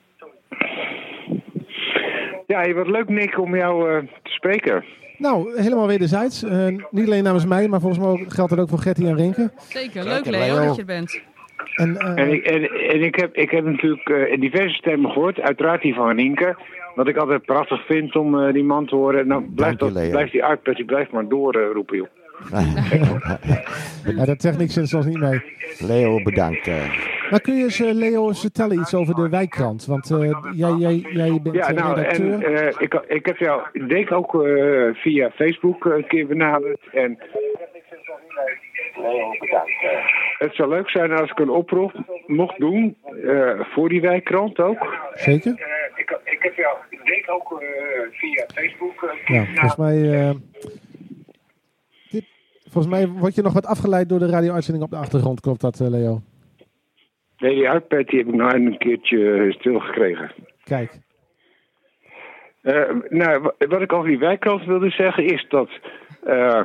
Ja, wat leuk, Nick, om jou uh, te spreken. Nou, helemaal wederzijds. Uh, niet alleen namens mij, maar volgens mij geldt dat ook voor Gertie en Renke. Zeker, leuk Leo, Leo dat je er bent. En, uh, en, ik, en, en ik, heb, ik heb natuurlijk uh, diverse stemmen gehoord, uiteraard die van Renke. Wat ik altijd prachtig vind om uh, die man te horen. Nou, blijft, dat, blijft die iPad, die blijft maar doorroepen, uh, joh. Ja, dat zegt niks en zoals niet mee. Leo, bedankt. Uh. Maar kun je eens, uh, Leo, eens vertellen iets over de Wijkkrant? Want uh, jij, jij, jij bent ja, nou, redacteur. En, uh, ik, ik heb jou, ik denk ook uh, via Facebook een keer benaderd. En Leo, bedankt. Uh. Het zou leuk zijn als ik een oproep mocht doen uh, voor die Wijkkrant ook. Zeker. Uh, ik, ik heb jou, ik denk ook uh, via Facebook. Uh, ja, volgens mij... Uh, dit, volgens mij word je nog wat afgeleid door de radio-uitzending op de achtergrond. Klopt dat, uh, Leo? Nee, die iPad die heb ik nou een keertje stilgekregen. Kijk. Uh, nou, wat ik over die Wijkkrant wilde zeggen is dat... Uh,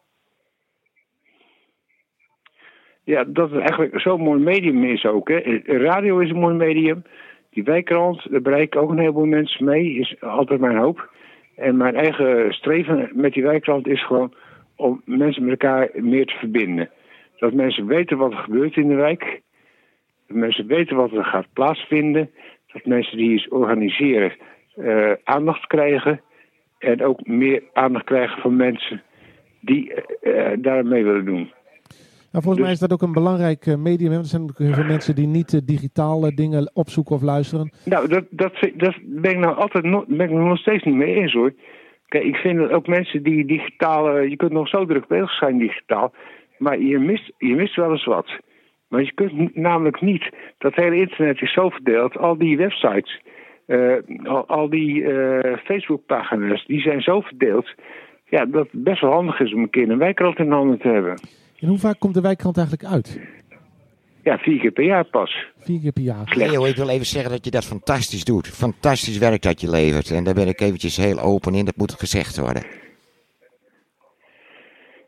ja, dat het eigenlijk zo'n mooi medium is ook. Hè. Radio is een mooi medium. Die Wijkkrant, daar bereiken ook een heleboel mensen mee. Is altijd mijn hoop. En mijn eigen streven met die Wijkkrant is gewoon om mensen met elkaar meer te verbinden. Dat mensen weten wat er gebeurt in de wijk. Dat mensen weten wat er gaat plaatsvinden. Dat mensen die iets organiseren uh, aandacht krijgen. En ook meer aandacht krijgen van mensen die uh, daar mee willen doen. Nou, volgens dus, mij is dat ook een belangrijk uh, medium. Er zijn ook heel veel mensen die niet uh, digitale dingen opzoeken of luisteren. Nou, dat, dat, dat ben ik nou altijd no, ben ik nog steeds niet mee eens, hoor. Kijk, ik vind dat ook mensen die digitaal... Uh, je kunt nog zo druk bezig zijn digitaal. Maar je mist, je mist wel eens wat. Maar je kunt namelijk niet... Dat hele internet is zo verdeeld. Al die websites... Uh, al, al die uh, Facebookpagina's... Die zijn zo verdeeld... Ja, dat het best wel handig is om een keer een Wijkkrant in handen te hebben. En hoe vaak komt de Wijkkrant eigenlijk uit? Ja, vier keer per jaar pas. Vier keer per jaar. Leo, ik wil even zeggen dat je dat fantastisch doet. Fantastisch werk dat je levert. En daar ben ik eventjes heel open in. Dat moet gezegd worden.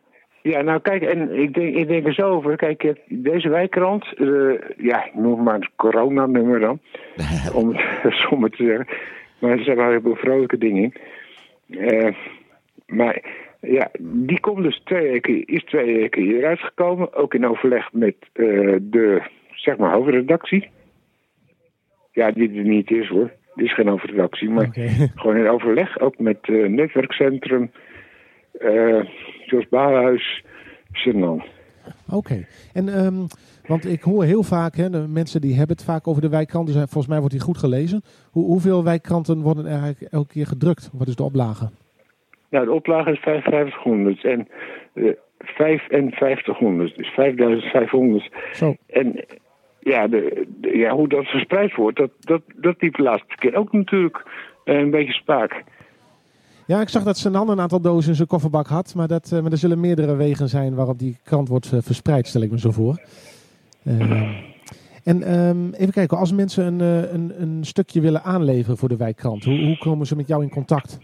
Ja, nou kijk, en ik denk, ik denk er zo over. Kijk, deze wijkkrant, uh, ja, ik noem maar het coronanummer dan, om het somber te zeggen. Maar er zijn wel heel veel vrolijke dingen in. Uh, maar ja, die komt dus twee weken, is twee weken hier uitgekomen. Ook in overleg met uh, de, zeg maar, hoofdredactie. Ja, die er niet is hoor. Dit is geen hoofdredactie, maar okay. Gewoon in overleg. Ook met uh, netwerkcentrum, uh, Jos Baalhuis, Zenan. Oké, okay. en um, want ik hoor heel vaak, hè, de mensen die hebben het vaak over de wijkkranten. Dus volgens mij wordt die goed gelezen. Hoe, hoeveel wijkkranten worden er eigenlijk elke keer gedrukt? Wat is de oplage? Nou, de oplage is vijfenvijftighonderd en uh, vijfenvijftighonderd, dus vijfduizend Zo. En ja, de, de, ja, hoe dat verspreid wordt, dat, dat, dat liep de laatste keer ook natuurlijk uh, een beetje spaak. Ja, ik zag dat Zenan een aantal dozen in zijn kofferbak had, maar, dat, uh, maar er zullen meerdere wegen zijn waarop die krant wordt uh, verspreid, stel ik me zo voor. Uh, en um, even kijken, als mensen een, uh, een, een stukje willen aanleveren voor de wijkkrant, hoe, hoe komen ze met jou in contact?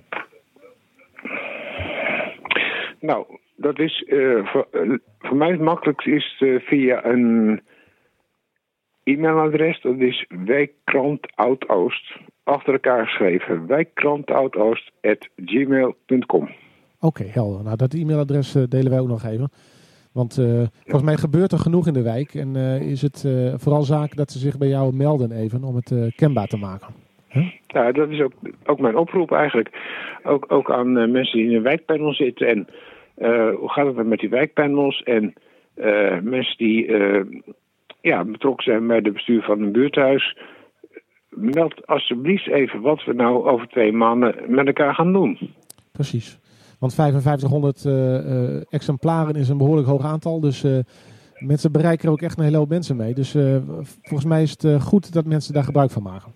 Nou, dat is uh, voor, uh, voor mij het makkelijkste is uh, via een e-mailadres. Dat is wijkkrantoudoostoost. Achter elkaar geschreven. wijkkrantoudoostoost at gmail punt com. Oké, okay, helder. Nou, dat e-mailadres uh, delen wij ook nog even. Want uh, ja. volgens mij gebeurt er genoeg in de wijk. En uh, is het uh, vooral zaak dat ze zich bij jou melden even om het uh, kenbaar te maken. Huh? Ja, dat is ook, ook mijn oproep eigenlijk. Ook, ook aan uh, mensen die in een wijkpanel zitten. En uh, hoe gaat het met die wijkpanels? En uh, mensen die uh, ja, betrokken zijn bij het bestuur van een buurthuis. Meld alsjeblieft even wat we nou over twee maanden met elkaar gaan doen. Precies. Want vijfenvijftighonderd uh, uh, exemplaren is een behoorlijk hoog aantal. Dus uh, mensen bereiken er ook echt een hele hoop mensen mee. Dus uh, volgens mij is het uh, goed dat mensen daar gebruik van maken.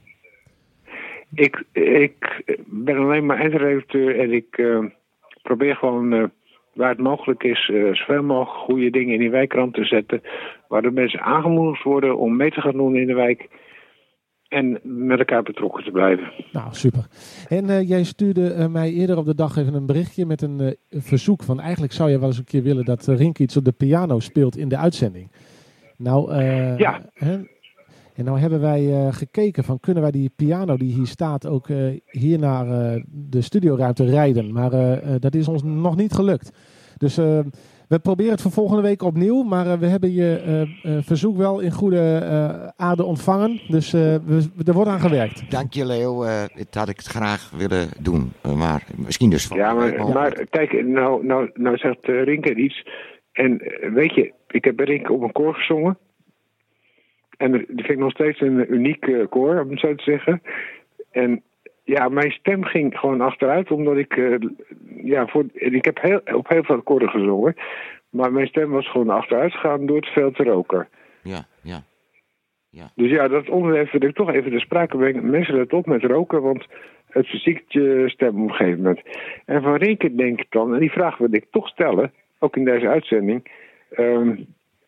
Ik, ik ben alleen maar eindredacteur en ik uh, probeer gewoon uh, waar het mogelijk is uh, zoveel mogelijk goede dingen in die wijkkrant te zetten. Waar de mensen aangemoedigd worden om mee te gaan doen in de wijk. En met elkaar betrokken te blijven. Nou, super. En uh, jij stuurde uh, mij eerder op de dag even een berichtje met een uh, verzoek van eigenlijk zou je wel eens een keer willen dat uh, Rinke iets op de piano speelt in de uitzending. Nou, uh, ja. Hè, en nou hebben wij uh, gekeken van kunnen wij die piano die hier staat ook uh, hier naar uh, de studioruimte rijden. Maar uh, uh, dat is ons nog niet gelukt. Dus uh, we proberen het voor volgende week opnieuw. Maar uh, we hebben je uh, uh, verzoek wel in goede uh, aarde ontvangen. Dus uh, we, er wordt aan gewerkt. Dank je Leo. Uh, dat had ik het graag willen doen. Uh, maar misschien dus van... Ja, maar, maar kijk, nou, nou, nou zegt uh, Rinke iets. En uh, weet je, ik heb bij Rinke op een koor gezongen. En dat vind ik nog steeds een uniek uh, koor, om het zo te zeggen. En ja, mijn stem ging gewoon achteruit, omdat ik... Uh, ja, voor, ik heb heel, op heel veel koren gezongen. Maar mijn stem was gewoon achteruit gegaan door te veel te roken. Ja, ja. ja. Dus ja, dat onderwerp wil ik toch even de sprake brengen. Mensen let op met roken, want het verziekt je stem op een gegeven moment. En van Rinke denk ik dan, en die vraag wil ik toch stellen, ook in deze uitzending... Um,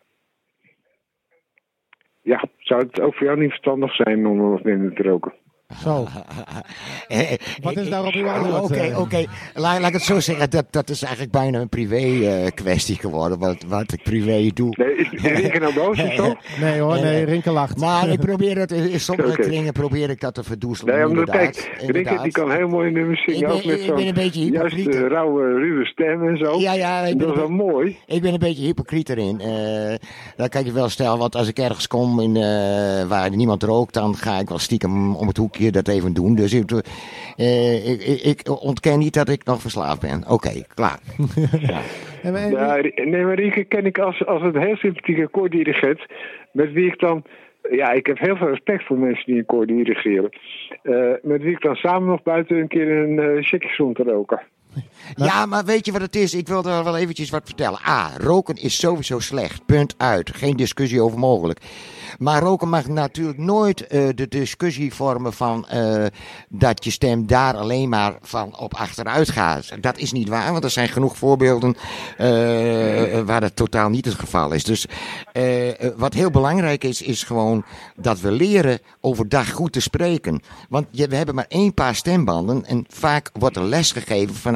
Ja, zou het ook voor jou niet verstandig zijn om wat minder te roken? Zo. Wat is daarop uw antwoord? Oké, oké. Laat, laat ik het zo zeggen. Dat, dat is eigenlijk bijna een privé uh, kwestie geworden. Wat, wat ik privé doe. Nee, is Rinke nou boos of zo? Nee hoor, nee, Rinke lacht. Maar ik probeer het, in sommige okay. kringen probeer ik dat te verdoezelen. Nee, omdat kijk, Rinke die kan heel mooi nummers zingen. Ik ben, met zo'n een beetje juist uh, rauwe, ruwe stem en zo. Ja, ja. Dat is wel mooi. Ik ben een beetje hypocriet erin. Uh, dat kan je wel stellen, want als ik ergens kom in, uh, waar niemand rookt, dan ga ik wel stiekem om het hoekje dat even doen. Dus ik, uh, ik, ik, ik ontken niet dat ik nog verslaafd ben. Oké, okay, klaar. ja. Ja, nee, maar Rinke ken ik als, als een heel sympathieke koordirigent. Met wie ik dan... Ja, ik heb heel veel respect voor mensen die een koor dirigeren. Uh, met wie ik dan samen nog buiten een keer een uh, checkje stond te roken. Ja, maar weet je wat het is? Ik wil er wel eventjes wat vertellen. A, roken is sowieso slecht. Punt uit. Geen discussie over mogelijk. Maar roken mag natuurlijk nooit uh, de discussie vormen van uh, dat je stem daar alleen maar van op achteruit gaat. Dat is niet waar, want er zijn genoeg voorbeelden uh, waar dat totaal niet het geval is. Dus uh, wat heel belangrijk is, is gewoon dat we leren overdag goed te spreken. Want je, we hebben maar één paar stembanden en vaak wordt er les gegeven vanuit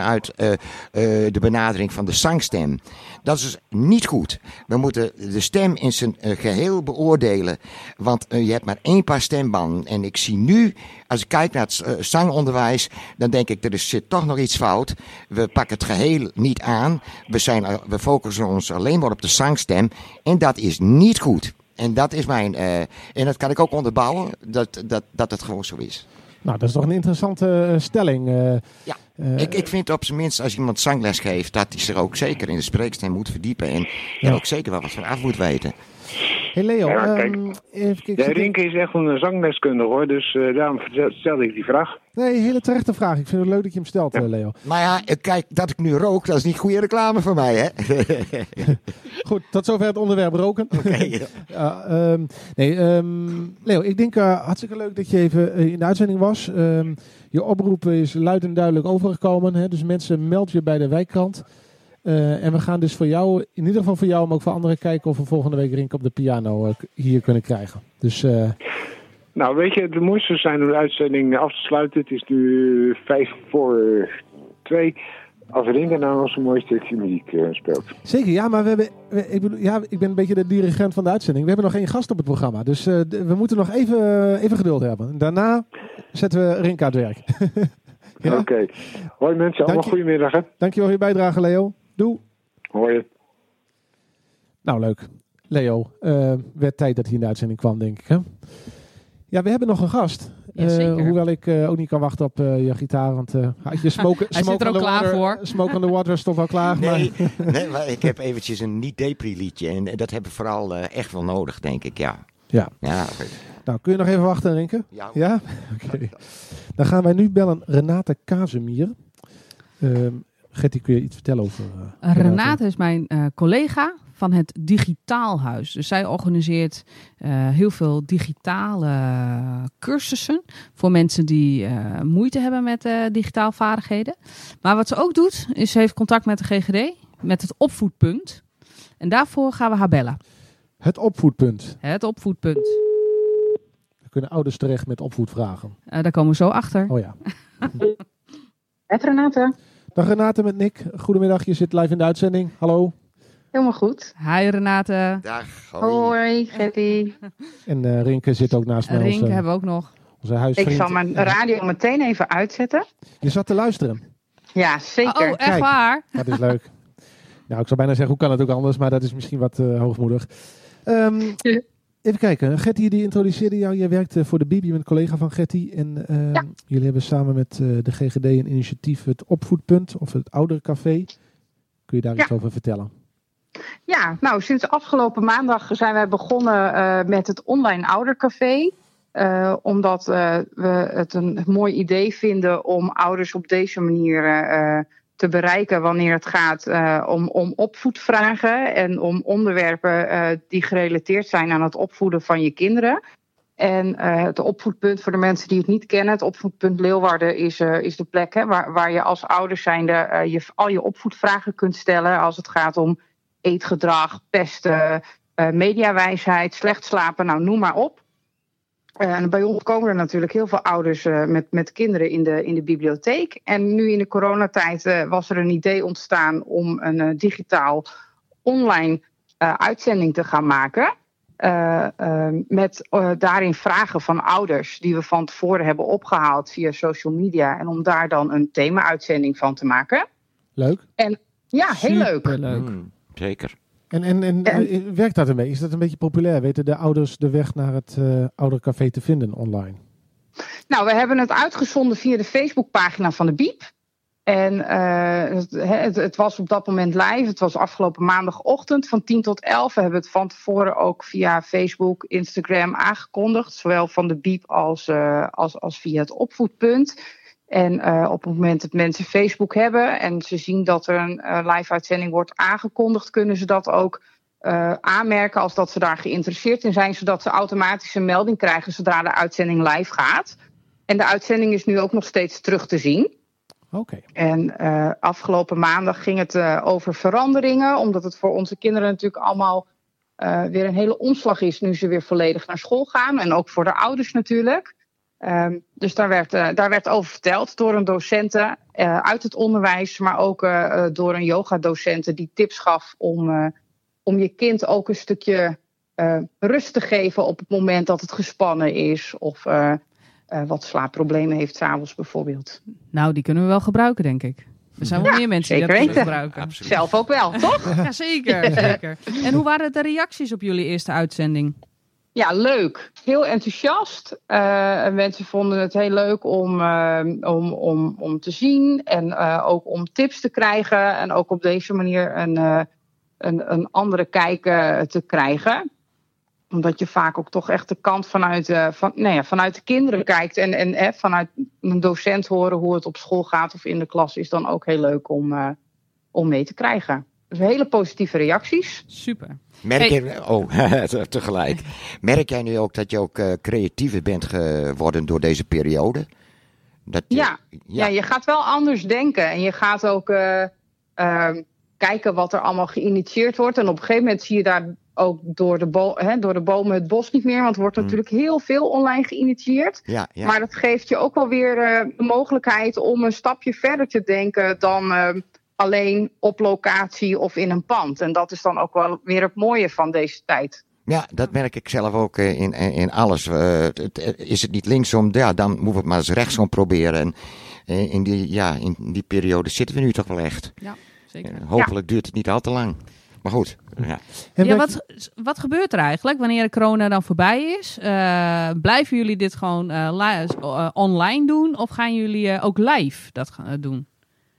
vanuit uh, uh, de benadering van de zangstem. Dat is niet goed. We moeten de stem in zijn uh, geheel beoordelen. Want uh, je hebt maar één paar stembanden. En ik zie nu, als ik kijk naar het uh, zangonderwijs, dan denk ik, er zit toch nog iets fout. We pakken het geheel niet aan. We, zijn, uh, we focussen ons alleen maar op de zangstem. En dat is niet goed. En dat is mijn, uh, en dat kan ik ook onderbouwen, dat, dat, dat het gewoon zo is. Nou, dat is toch een interessante uh, stelling. Uh, ja, uh, ik, ik vind op zijn minst als iemand zangles geeft, dat hij zich ook zeker in de spreekstem moet verdiepen. En ja. er ook zeker wel wat van af moet weten. Hey Leo, ja, kijk, um, even kijken. Ja, Rinke is echt een zangleskundige hoor, dus uh, daarom stelde ik die vraag. Nee, hele terechte vraag. Ik vind het leuk dat je hem stelt, ja. uh, Leo. Maar ja, kijk, dat ik nu rook, dat is niet goede reclame voor mij, hè? Goed, tot zover het onderwerp roken. Okay, ja. uh, um, nee, um, Leo, ik denk uh, hartstikke leuk dat je even uh, in de uitzending was. Um, je oproep is luid en duidelijk overgekomen. Hè? Dus mensen, meld je bij de wijkkrant. Uh, en we gaan dus voor jou, in ieder geval voor jou, maar ook voor anderen kijken of we volgende week Rinke op de piano uh, hier kunnen krijgen. Dus, uh... Nou, weet je, het mooiste zijn om de uitzending af te sluiten. Het is nu vijf voor twee. Als Rinke nou nog zo'n mooi stukje muziek uh, speelt. Zeker, ja, maar we hebben, we, ik, bedoel, ja, ik ben een beetje de dirigent van de uitzending. We hebben nog één gast op het programma, dus uh, de, we moeten nog even, uh, even geduld hebben. Daarna zetten we Rinke aan het werk. ja? Oké. Okay. Hoi mensen, allemaal je, goedemiddag. Hè? Dankjewel voor je bijdrage, Leo. Doei. Hoi. Nou, leuk. Leo, uh, werd tijd dat hij in de uitzending kwam, denk ik. Hè? Ja, we hebben nog een gast. Ja, uh, hoewel ik uh, ook niet kan wachten op uh, je gitaar. Want uh, had je smoke, Hij smoke zit er ook klaar water, voor. Smoke on the Water is toch wel klaar? Nee, maar... nee, maar ik heb eventjes een niet-depri liedje. En dat hebben we vooral uh, echt wel nodig, denk ik, ja. Ja. ja. Nou, kun je nog even wachten, Rinke? Ja. Ja? Oké. Okay. Dan gaan wij nu bellen Renate Kazemier. Uh, Gertie, kun je iets vertellen over uh, Renate? Renate is mijn uh, collega van het Digitaalhuis. Dus zij organiseert uh, heel veel digitale cursussen voor mensen die uh, moeite hebben met uh, digitaal vaardigheden. Maar wat ze ook doet, is ze heeft contact met de G G D, met het opvoedpunt. En daarvoor gaan we haar bellen. Het opvoedpunt? Het opvoedpunt. Dan kunnen ouders terecht met opvoedvragen. Uh, daar komen we zo achter. Oh ja. Met Renate. Dag Renate met Nick. Goedemiddag, je zit live in de uitzending. Hallo. Helemaal goed. Hi Renate. Dag. Hoi, hoi Gertie. En uh, Rinke zit ook naast mij. Rinke onze, hebben we ook nog. Onze huisvriend. Ik zal mijn radio meteen even uitzetten. Je zat te luisteren? Ja, zeker. Oh, echt Kijk, waar? Dat is leuk. Nou, ik zou bijna zeggen, hoe kan het ook anders? Maar dat is misschien wat uh, hoogmoedig. Um, even kijken. Gertie die introduceerde jou. Jij werkt uh, voor de B I B. Je bent collega van Gertie. En uh, ja. jullie hebben samen met uh, de G G D een initiatief, het Opvoedpunt of het Ouderencafé. Kun je daar ja. iets over vertellen? Ja, nou sinds afgelopen maandag zijn wij begonnen uh, met het online oudercafé. Uh, omdat uh, we het een mooi idee vinden om ouders op deze manier uh, te bereiken wanneer het gaat uh, om, om opvoedvragen en om onderwerpen uh, die gerelateerd zijn aan het opvoeden van je kinderen. En uh, het opvoedpunt, voor de mensen die het niet kennen, het opvoedpunt Leeuwarden is, uh, is de plek hè, waar, waar je als ouders zijnde uh, je, al je opvoedvragen kunt stellen als het gaat om eetgedrag, pesten, uh, mediawijsheid, slecht slapen, nou noem maar op. Uh, en bij ons komen er natuurlijk heel veel ouders uh, met, met kinderen in de, in de bibliotheek. En nu in de coronatijd uh, was er een idee ontstaan om een uh, digitaal online uh, uitzending te gaan maken. Uh, uh, met uh, daarin vragen van ouders die we van tevoren hebben opgehaald via social media. En om daar dan een thema-uitzending van te maken. Leuk. En ja, heel leuk. leuk. Mm, zeker. En, en, en, en werkt dat ermee? Is dat een beetje populair? Weten de ouders de weg naar het uh, oudercafé te vinden online? Nou, we hebben het uitgezonden via de Facebookpagina van de B I B. En uh, het, het, het was op dat moment live. Het was afgelopen maandagochtend van tien tot elf. We hebben het van tevoren ook via Facebook, Instagram aangekondigd. Zowel van de B I B als, uh, als, als via het opvoedpunt. En uh, op het moment dat mensen Facebook hebben en ze zien dat er een uh, live uitzending wordt aangekondigd, kunnen ze dat ook uh, aanmerken als dat ze daar geïnteresseerd in zijn, zodat ze automatisch een melding krijgen zodra de uitzending live gaat. En de uitzending is nu ook nog steeds terug te zien. Oké. Okay. En uh, afgelopen maandag ging het uh, over veranderingen, omdat het voor onze kinderen natuurlijk allemaal uh, weer een hele omslag is nu ze weer volledig naar school gaan. En ook voor de ouders natuurlijk. Um, dus daar werd, uh, daar werd over verteld door een docenten uh, uit het onderwijs, maar ook uh, door een yogadocenten die tips gaf om, uh, om je kind ook een stukje uh, rust te geven op het moment dat het gespannen is of uh, uh, wat slaapproblemen heeft 's avonds bijvoorbeeld. Nou, die kunnen we wel gebruiken, denk ik. Er zijn wel ja, meer mensen die dat kunnen gebruiken. Absoluut. Zelf ook wel, toch? Ja, zeker, zeker. En hoe waren de reacties op jullie eerste uitzending? Ja, leuk. Heel enthousiast. Uh, mensen vonden het heel leuk om, uh, om, om, om te zien en uh, ook om tips te krijgen. En ook op deze manier een, uh, een, een andere kijk uh, te krijgen. Omdat je vaak ook toch echt de kant vanuit, uh, van, nou ja, vanuit de kinderen kijkt. En, en eh, vanuit een docent horen hoe het op school gaat of in de klas is dan ook heel leuk om, uh, om mee te krijgen. Dus hele positieve reacties. Super. Merk Hey. je, oh, tegelijk. Merk jij nu ook dat je ook uh, creatiever bent geworden door deze periode? Dat je, ja. ja. ja, je gaat wel anders denken. En je gaat ook uh, uh, kijken wat er allemaal geïnitieerd wordt. En op een gegeven moment zie je daar ook door de, bo- hè, door de bomen het bos niet meer. Want er wordt Hmm. natuurlijk heel veel online geïnitieerd. Ja, ja. Maar dat geeft je ook wel weer uh, de mogelijkheid om een stapje verder te denken dan uh, alleen op locatie of in een pand. En dat is dan ook wel weer het mooie van deze tijd. Ja, dat merk ik zelf ook uh, in, in, in alles. Uh, het, het, is het niet linksom, ja, dan moeten we het maar eens rechtsom proberen. En uh, in, die, ja, in die periode zitten we nu toch wel echt. Ja, zeker. Uh, hopelijk ja. duurt het niet al te lang. Maar goed. Ja. Ja, wat, wat gebeurt er eigenlijk wanneer de corona dan voorbij is? Uh, blijven jullie dit gewoon uh, li- uh, online doen? Of gaan jullie uh, ook live dat gaan, uh, doen?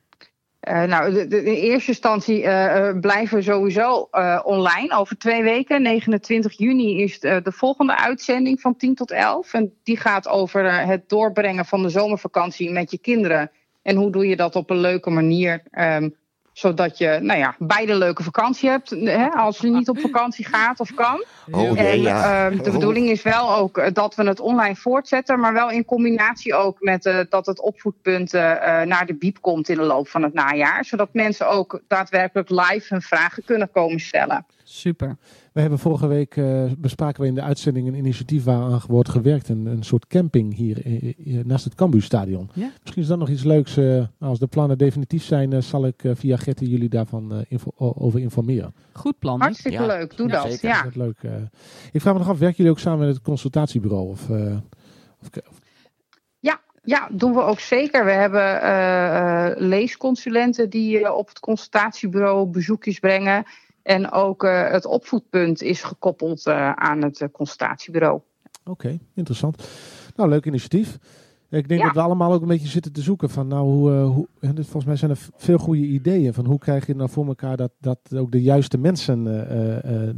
Uh, nou, de, de, in eerste instantie uh, blijven we sowieso uh, online. Over twee weken, negenentwintig juni, is de, de volgende uitzending van tien tot elf. En die gaat over uh, het doorbrengen van de zomervakantie met je kinderen. En hoe doe je dat op een leuke manier... Um, zodat je, nou ja, beide leuke vakantie hebt. Hè, als je niet op vakantie gaat of kan. Oh, en ja. uh, de bedoeling is wel ook uh, dat we het online voortzetten. Maar wel in combinatie ook met uh, dat het opvoedpunt uh, naar de biep komt in de loop van het najaar. Zodat mensen ook daadwerkelijk live hun vragen kunnen komen stellen. Super. We hebben vorige week uh, bespraken we in de uitzending een initiatief waar aan wordt gewerkt. Een, een soort camping hier in, in, naast het Cambuurstadion. Ja. Misschien is dat nog iets leuks. Uh, als de plannen definitief zijn, uh, zal ik uh, via Gertie jullie daarvan uh, info- over informeren. Goed plan. Hartstikke Ja. leuk, doe Ja, dat. zeker. Ja. Is dat leuk? Uh, ik vraag me nog af, werken jullie ook samen met het consultatiebureau? Of, uh, of, of... Ja, ja, doen we ook zeker. We hebben uh, uh, leesconsulenten die uh, op het consultatiebureau bezoekjes brengen. En ook uh, het opvoedpunt is gekoppeld uh, aan het uh, consultatiebureau. Oké, okay, interessant. Nou, leuk initiatief. Ik denk Ja. dat we allemaal ook een beetje zitten te zoeken van, nou, hoe, uh, hoe en volgens mij zijn er veel goede ideeën van hoe krijg je nou voor elkaar dat, dat ook de juiste mensen uh, uh,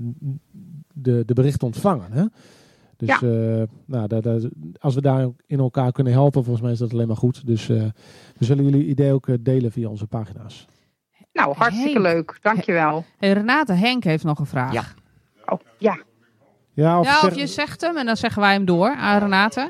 de, de berichten ontvangen. Hè? Dus Ja. uh, nou, dat, dat, als we daar in elkaar kunnen helpen, volgens mij is dat alleen maar goed. Dus uh, we zullen jullie ideeën ook uh, delen via onze pagina's. Nou, hartstikke Henk. leuk. Dankjewel. Hey, Renate, Henk heeft nog een vraag. Ja. Oh, ja. Ja, of, Ja, zeg- of je zegt hem en dan zeggen wij hem door aan Renate.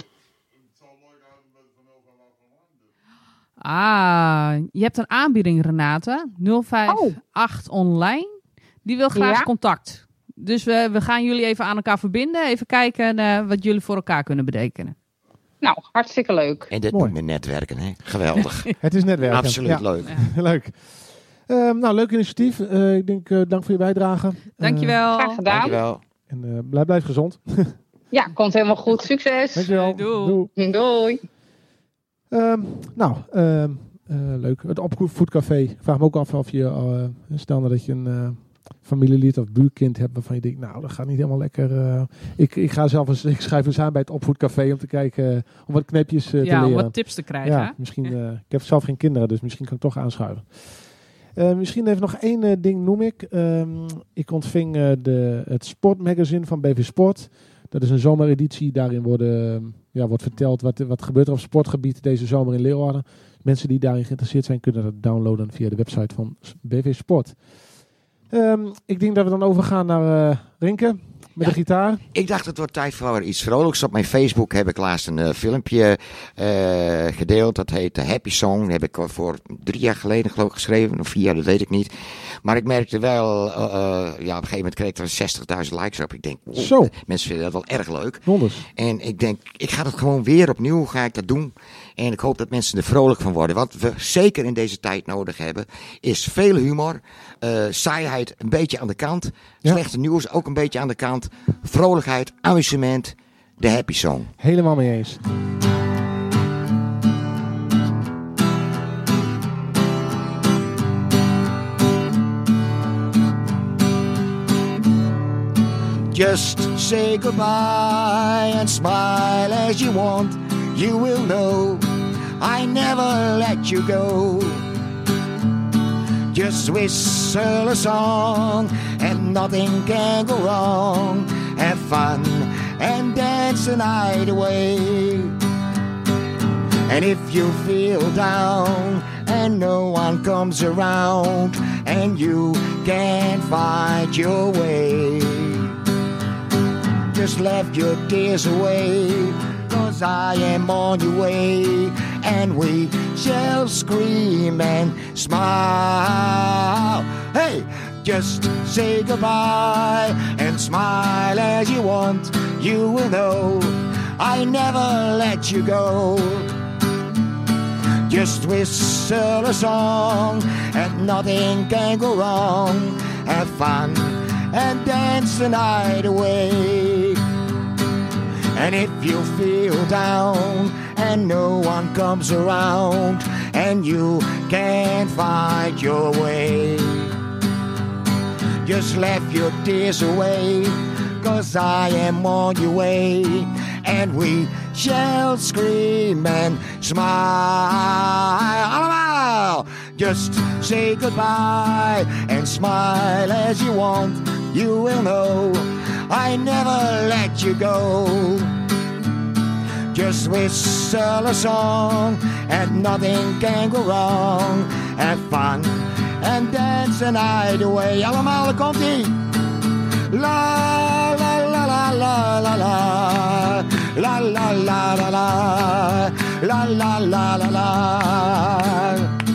Ah, je hebt een aanbieding, Renate. nul vijf acht online. Die wil graag Ja. contact. Dus we, we gaan jullie even aan elkaar verbinden. Even kijken uh, wat jullie voor elkaar kunnen betekenen. Nou, hartstikke leuk. En dit Mooi. moet met netwerken, hè? Geweldig. Het is netwerken. Absoluut Ja. leuk. Leuk. Uh, nou, leuk initiatief. Uh, ik denk, uh, dank voor je bijdrage. Dankjewel. Graag gedaan. Dankjewel. En uh, blijf, blijf gezond. Ja, komt helemaal goed. Succes. Dankjewel. Doei. Doei. Doei. Um, nou, um, uh, leuk. Het opvoedcafé. Ik vraag me ook af of je, uh, stel nou dat je een uh, familielid of buurkind hebt waarvan je denkt, nou, dat gaat niet helemaal lekker. Uh, ik, ik ga zelf eens, ik schrijf eens aan bij het opvoedcafé om te kijken, uh, om wat kneepjes uh, te Ja, om leren. wat tips te krijgen. Ja, hè? misschien, uh, ik heb zelf geen kinderen, dus misschien kan ik toch aanschuiven. Uh, misschien even nog één uh, ding noem ik. Um, ik ontving uh, de, het sportmagazine van B V Sport. Dat is een zomereditie. Daarin worden, uh, ja, wordt verteld wat, wat gebeurt er op sportgebied deze zomer in Leeuwarden. Mensen die daarin geïnteresseerd zijn kunnen dat downloaden via de website van B V Sport. Um, ik denk dat we dan overgaan naar, uh, Rinke, met ja, de gitaar. Ik dacht het wordt tijd voor iets vrolijks. Op mijn Facebook heb ik laatst een uh, filmpje uh, gedeeld. Dat heet The Happy Song. Dat heb ik voor drie jaar geleden geloof ik geschreven. Of vier jaar, dat weet ik niet. Maar ik merkte wel, uh, uh, ja, op een gegeven moment kreeg ik er zestigduizend likes op. Ik denk, wow, Zo. mensen vinden dat wel erg leuk. Wonders. En ik denk, ik ga dat gewoon weer opnieuw, ga ik dat doen. En ik hoop dat mensen er vrolijk van worden. Wat we zeker in deze tijd nodig hebben, is veel humor. Uh, saaiheid een beetje aan de kant. Ja. Slechte nieuws ook een beetje aan de kant. Vrolijkheid, amusement, de Happy Song. Helemaal mee eens. Just say goodbye and smile as you want. You will know I never let you go. Just whistle a song and nothing can go wrong. Have fun and dance the night away. And if you feel down and no one comes around and you can't find your way, just left your tears away, 'cause I am on your way, and we shall scream and smile. Hey, just say goodbye and smile as you want. You will know I never let you go. Just whistle a song and nothing can go wrong. Have fun and dance the night away. And if you feel down and no one comes around and you can't find your way, just left your tears away, 'cause I am on your way, and we shall scream and smile. Allemaal! Just say goodbye and smile as you want. You will know I never let you go. Just whistle a song and nothing can go wrong. Have fun and dance the night away. Allemaal, daar komt ie. La la la la la la la. La la la la la. La la la la la.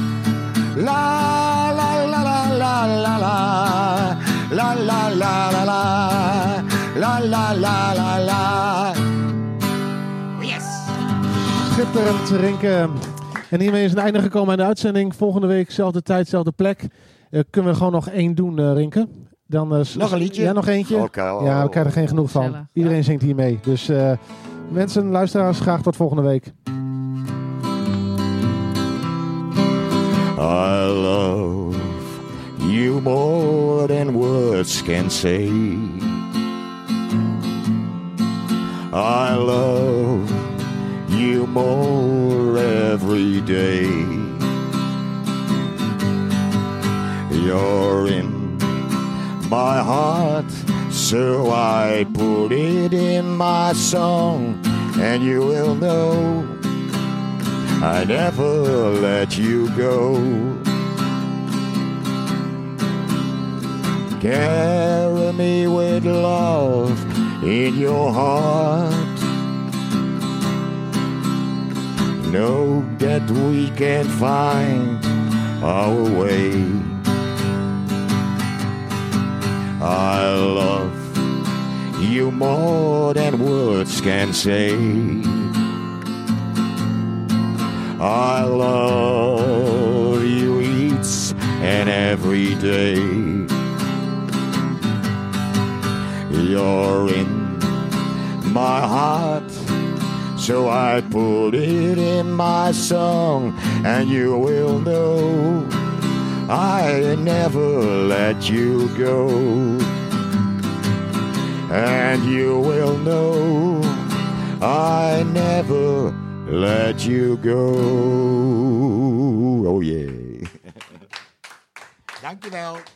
La la la la la la la. La la la la la. La la la la la. Yes. Schitterend, Rinke. En hiermee is het einde gekomen aan de uitzending. Volgende week, zelfde tijd, zelfde plek. Uh, kunnen we gewoon nog één doen, uh, Rinke? Dan, uh, nog een liedje? Ja, nog eentje. Okay, oh, ja, we krijgen er geen genoeg van. Gezellig. Iedereen zingt hier mee. Dus uh, mensen, luisteraars, graag tot volgende week. I love you more than words can say. I love you more every day. You're in my heart, so I put it in my song, and you will know I never let you go. Carry me with love in your heart. Know that we can find our way. I love you more than words can say. I love you each and every day. You're in my heart, so I put it in my song, and you will know I never let you go. And you will know I never let you go. Oh yeah. Dankjewel.